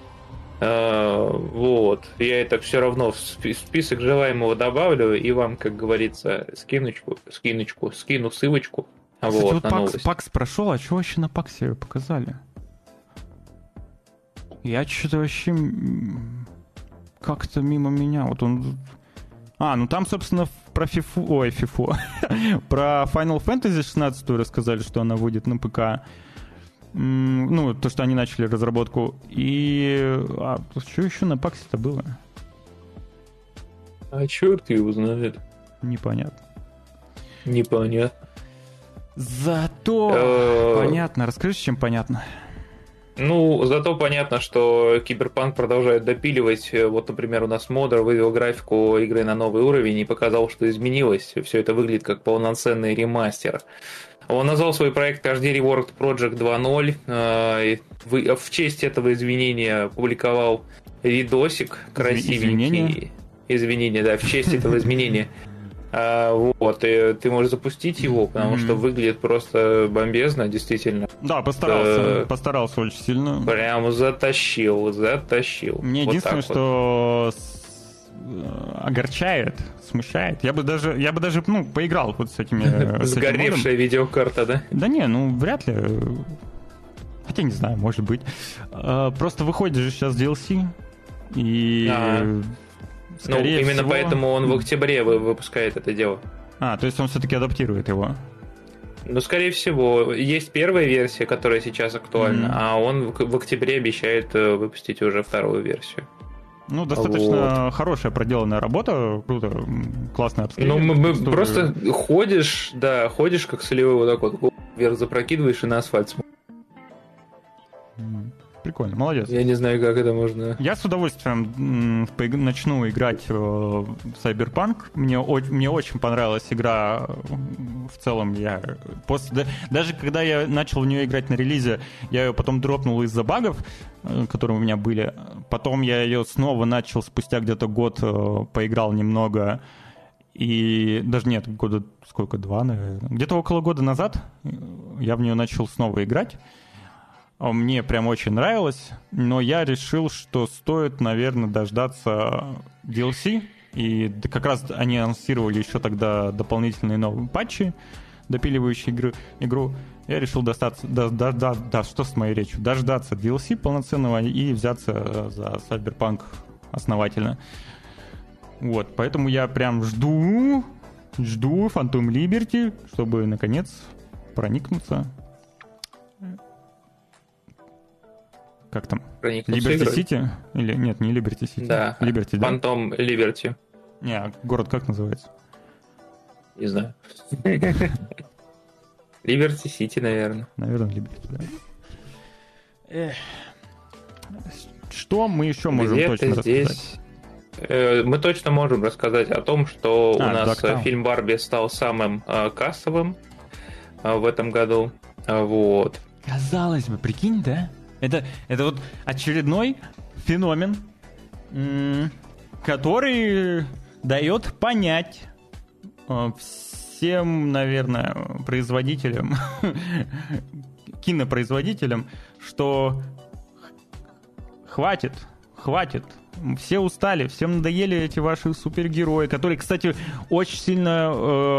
Вот. Я это все равно в список желаемого добавлю, и вам, как говорится, скину ссылочку. Кстати, вот PAX прошел, а что вообще на PAX показали? Я что-то вообще как-то мимо меня. Вот он... там, собственно, про FIFA. Про Final Fantasy 16 рассказали, что она выйдет на ПК. То, что они начали разработку. И... что еще на PAX-то было? А черт его знает. Непонятно. Зато... Понятно. Расскажи, чем понятно. Зато понятно, что Киберпанк продолжает допиливать. Вот, например, у нас модер вывел графику игры на новый уровень и показал, что изменилось. Все это выглядит как полноценный ремастер. Он назвал свой проект HD Reworked Project 2.0. В честь этого извинения опубликовал видосик красивенький. Извинения, да, в честь этого изменения. Вот, и ты можешь запустить его, потому что выглядит просто бомбезно, действительно. Да, постарался очень сильно. Прям затащил. Мне вот единственное, что огорчает, смущает. Я бы даже поиграл вот с этими... Сгоревшая видеокарта, да? Да не, вряд ли. Хотя не знаю, может быть. Просто выходит же сейчас DLC, и... именно всего... поэтому он в октябре выпускает это дело. То есть он все-таки адаптирует его? Скорее всего. Есть первая версия, которая сейчас актуальна, а он в октябре обещает выпустить уже вторую версию. Достаточно хорошая проделанная работа, круто, классная обстрел. Просто ходишь как солевой вот так вот вверх запрокидываешь и на асфальт смотришь. Прикольно, молодец. Я не знаю, как это можно... Я с удовольствием начну играть в Cyberpunk. Мне очень понравилась игра в целом. Даже когда я начал в нее играть на релизе, я ее потом дропнул из-за багов, которые у меня были. Потом я ее снова начал спустя где-то год, поиграл немного. И даже нет, два, наверное. Где-то около года назад я в нее начал снова играть. Мне прям очень нравилось, но я решил, что стоит, наверное, дождаться DLC. И как раз они анонсировали еще тогда дополнительные новые патчи, допиливающие игру. Я решил дождаться DLC полноценного и взяться за Cyberpunk основательно. Вот, поэтому я прям жду Phantom Liberty, чтобы наконец проникнуться. Как там? Проникнуться Liberty игрой. City? Или нет, не Liberty City. Да. Liberty, да? Phantom Liberty. Не, а город как называется? Не знаю. Liberty City, наверное. Наверное, Liberty, да. Что мы еще можем Где-то точно рассказать? здесь... Мы точно можем рассказать о том, что у нас Догтаун. фильм «Барби» стал самым кассовым в этом году. Вот. Казалось бы, прикинь, да? Это вот очередной феномен, который дает понять всем, наверное, производителям, кинопроизводителям, что хватит. Все устали, всем надоели эти ваши супергерои, которые, кстати, очень сильно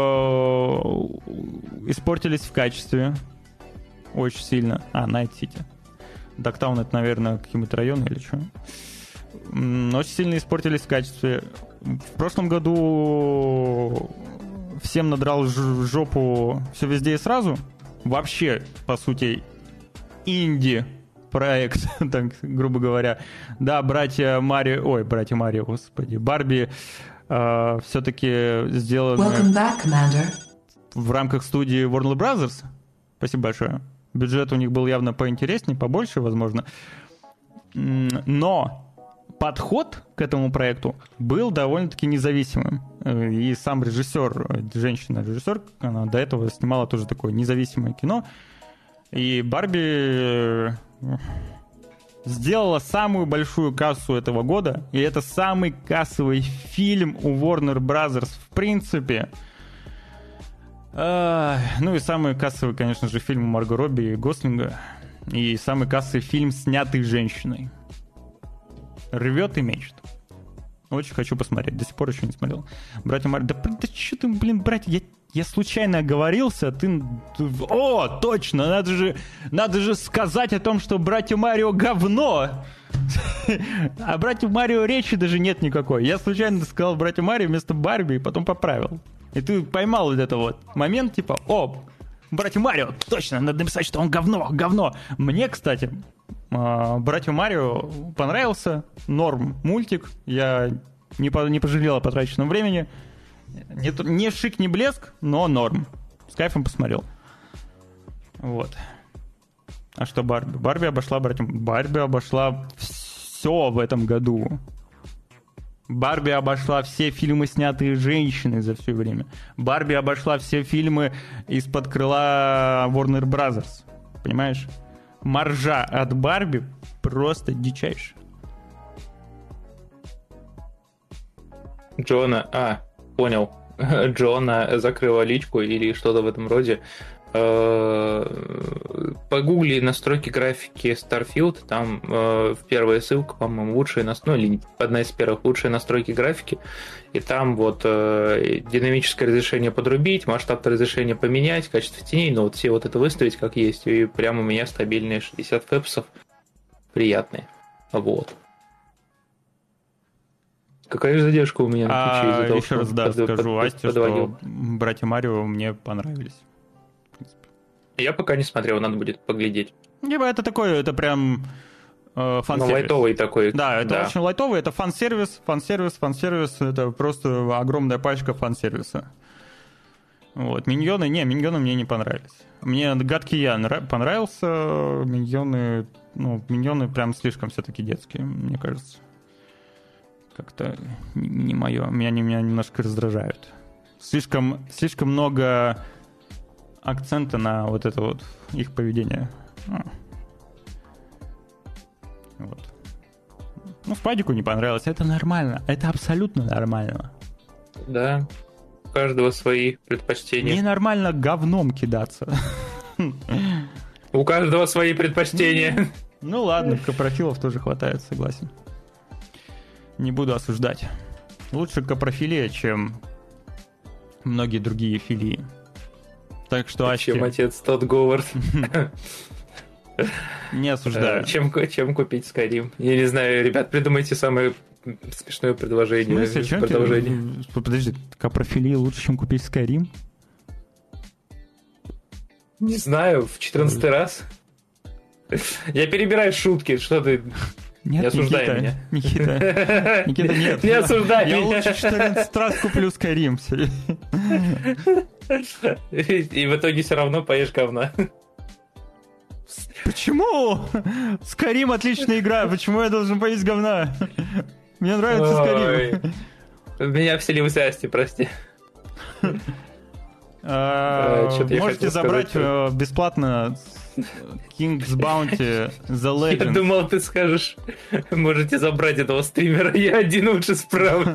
испортились в качестве. Очень сильно. Найт-Сити. Догтаун — это, наверное, какие-нибудь районы или что? Очень сильно испортились в качестве. В прошлом году всем надрал жопу «Все везде и сразу». Вообще, по сути, инди-проект, так, грубо говоря. Да, братья Марио, господи, Барби все-таки сделаны Welcome back, Commander. в рамках студии Warner Brothers. Спасибо большое. Бюджет у них был явно поинтереснее, побольше, возможно. Но подход к этому проекту был довольно-таки независимым. И сам режиссер, женщина-режиссер, она до этого снимала тоже такое независимое кино. И Барби сделала самую большую кассу этого года. И это самый кассовый фильм у Warner Brothers в принципе. Ну и самый кассовый, конечно же, фильм у Марго Робби и Гослинга. И самый кассовый фильм, снятый женщиной. Рвет и мечет. Очень хочу посмотреть. До сих пор еще не смотрел. Братья Марио... Да что ты, братья, я случайно оговорился, ты... О, точно! Надо же сказать о том, что братья Марио говно! А братья Марио речи даже нет никакой. Я случайно сказал братья Марио вместо Барби и потом поправил. И ты поймал вот это вот момент, типа, братья Марио, точно, надо написать, что он говно. Мне, кстати, братья Марио понравился, норм мультик, я не пожалел о потраченном времени. Не шик, не блеск, но норм. С кайфом посмотрел. Вот. А что Барби? Барби обошла все в этом году. Барби обошла все фильмы, снятые женщиной за все время. Барби обошла все фильмы из-под крыла Warner Brothers. Понимаешь? Маржа от Барби просто дичайшая. Понял. Джона закрыла личку или что-то в этом роде. Погугли настройки графики Starfield, там первая ссылка, по-моему, или одна из первых, лучшие настройки графики, и там вот динамическое разрешение подрубить, масштаб разрешения поменять, качество теней, но вот все вот это выставить как есть, и прямо у меня стабильные 60 фэпсов, приятные. Вот. Какая же задержка у меня на ключе из-за того, еще раз, скажу Асте, что братья Марио мне понравились. Я пока не смотрел, надо будет поглядеть. Это такое, это прям фан-сервис. Ну, лайтовый такой. Да, это очень лайтовый, это фан-сервис, это просто огромная пачка фан-сервиса. Вот, миньоны мне не понравились. Мне Гадкий Я понравился, миньоны прям слишком все-таки детские, мне кажется. Как-то не мое, меня немножко раздражают. Слишком много акцента на вот это вот их поведение. Вот. Спадику не понравилось. Это нормально. Это абсолютно нормально. Да. У каждого свои предпочтения. Ненормально говном кидаться. У каждого свои предпочтения. Ну ладно, капрофилов тоже хватает, согласен. Не буду осуждать. Лучше капрофилия, чем многие другие филии. Так что, Асти... Чем отец тот Говард. Не осуждаю. Чем купить Skyrim? Я не знаю, ребят, придумайте самое смешное предложение. В смысле, подожди, капрофилия лучше, чем купить Skyrim? Не знаю, в 14-й раз. Я перебираю шутки, что ты... Нет, не осуждай меня. Никита, нет. Не осуждай меня. Я лучше 14 раз куплю Skyrim. И в итоге все равно поешь говна. Почему? Skyrim отличная игра. Почему я должен поесть говна? Мне нравится Skyrim. Меня вселился Асти, прости. Можете забрать бесплатно King's Bounty The Legend. Я думал, ты скажешь, можете забрать этого стримера, я один лучше справлюсь.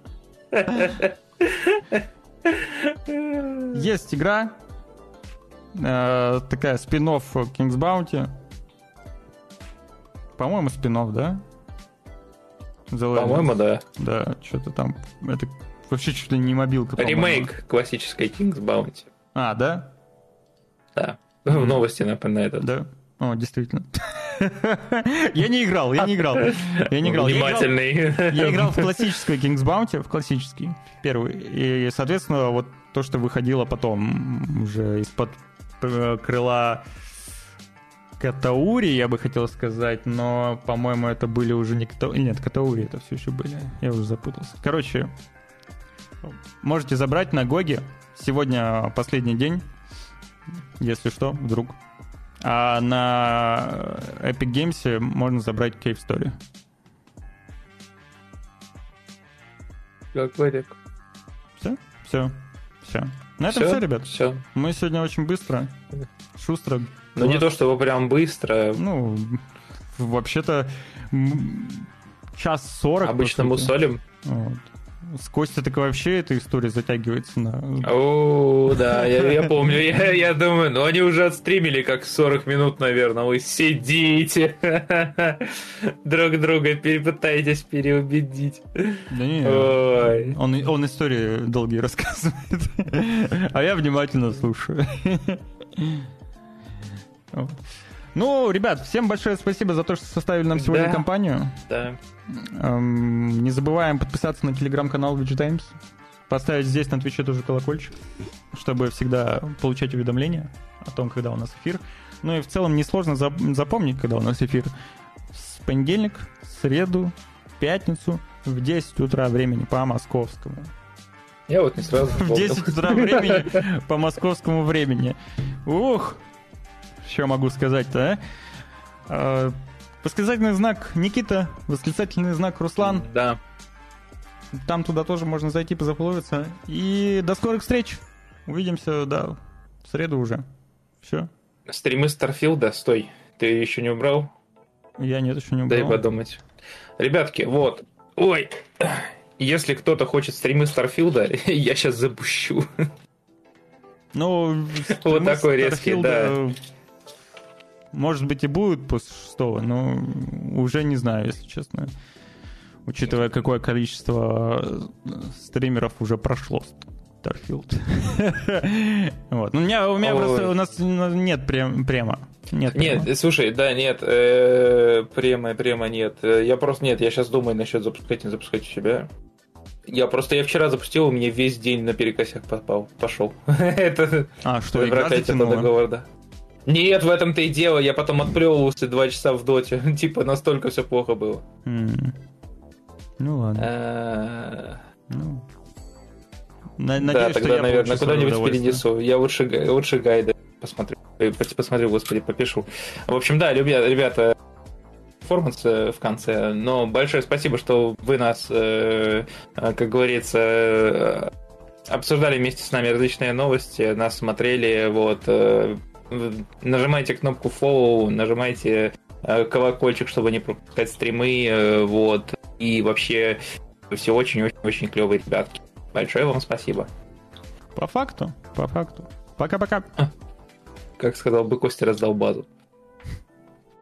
Есть игра, такая спин-офф King's Bounty. По-моему, спин-офф, да? По-моему, да. Да, что-то там. Это вообще чуть ли не мобилка, по-моему. Ремейк классической King's Bounty. А, да? Да. В новости на это. Да. О, действительно. Я не играл. Внимательный. Я играл в классическую King's Bounty, в классический, первый. И, соответственно, вот то, что выходило потом уже из-под крыла Катаури, я бы хотел сказать, но, по-моему, это были уже не Катаури. Нет, Катаури это все еще были. Я уже запутался. Короче, можете забрать на Гоге. Сегодня последний день, если что, вдруг. А на Epic Games можно забрать Cave Story. Какой рек? Все. На этом все, ребят. Все. Мы сегодня очень быстро, шустро. Ну, не то, чтобы прям быстро. Ну, вообще-то, 1:40. Обычно мусолим. Вот. С Костей так вообще эта история затягивается на... О, да, я помню. Я думаю, ну они уже отстримили как 40 минут, наверное. Вы сидите. Друг друга пытаетесь переубедить. Да нет. Он истории долгие рассказывает. А я внимательно слушаю. Ну, ребят, всем большое спасибо за то, что составили нам сегодня компанию. Да. Не забываем подписаться на телеграм-канал VG Times, поставить здесь на Твиче тоже колокольчик, чтобы всегда получать уведомления о том, когда у нас эфир. Ну и в целом несложно запомнить, когда у нас эфир. С понедельник, среду, пятницу в 10 утра времени по московскому. Я вот не сразу в 10 утра времени по московскому времени. Ух! Что могу сказать-то, а? Восклицательный знак Никита, восклицательный знак Руслан. Да. Там туда тоже можно зайти, позафоловиться. И до скорых встреч. Увидимся, да, в среду уже. Все. Стримы Старфилда, стой. Ты еще не убрал? Я нет, еще не убрал. Дай подумать. Ребятки, вот. Ой. Если кто-то хочет стримы Старфилда, я сейчас запущу. Ну, вот такой резкий, да. Может быть и будет после 6-го, но уже не знаю, если честно. Учитывая, какое количество стримеров уже прошло Starfield. Вот. У меня просто у нас нет према. Нет, слушай, да, нет, према нет. Я просто нет, я сейчас думаю насчет запускать, не запускать у себя. Я вчера запустил, у меня весь день наперекосяк пошел. Это... что, игра затянула? Договор, да. Нет, в этом-то и дело. Я потом отплевывался 2 часа в доте. Типа настолько все плохо было. Ну ладно. Да, тогда, наверное, куда-нибудь перенесу. Я лучше гайды посмотрю, господи, попишу. В общем, да, ребята, перформанс в конце. Но большое спасибо, что вы нас, как говорится, обсуждали вместе с нами различные новости, нас смотрели, вот. Нажимайте кнопку follow, нажимайте колокольчик, чтобы не пропускать стримы, вот. И вообще все очень-очень-очень клевые ребятки. Большое вам спасибо. По факту. Пока-пока. Как сказал бы Костя, раздал базу.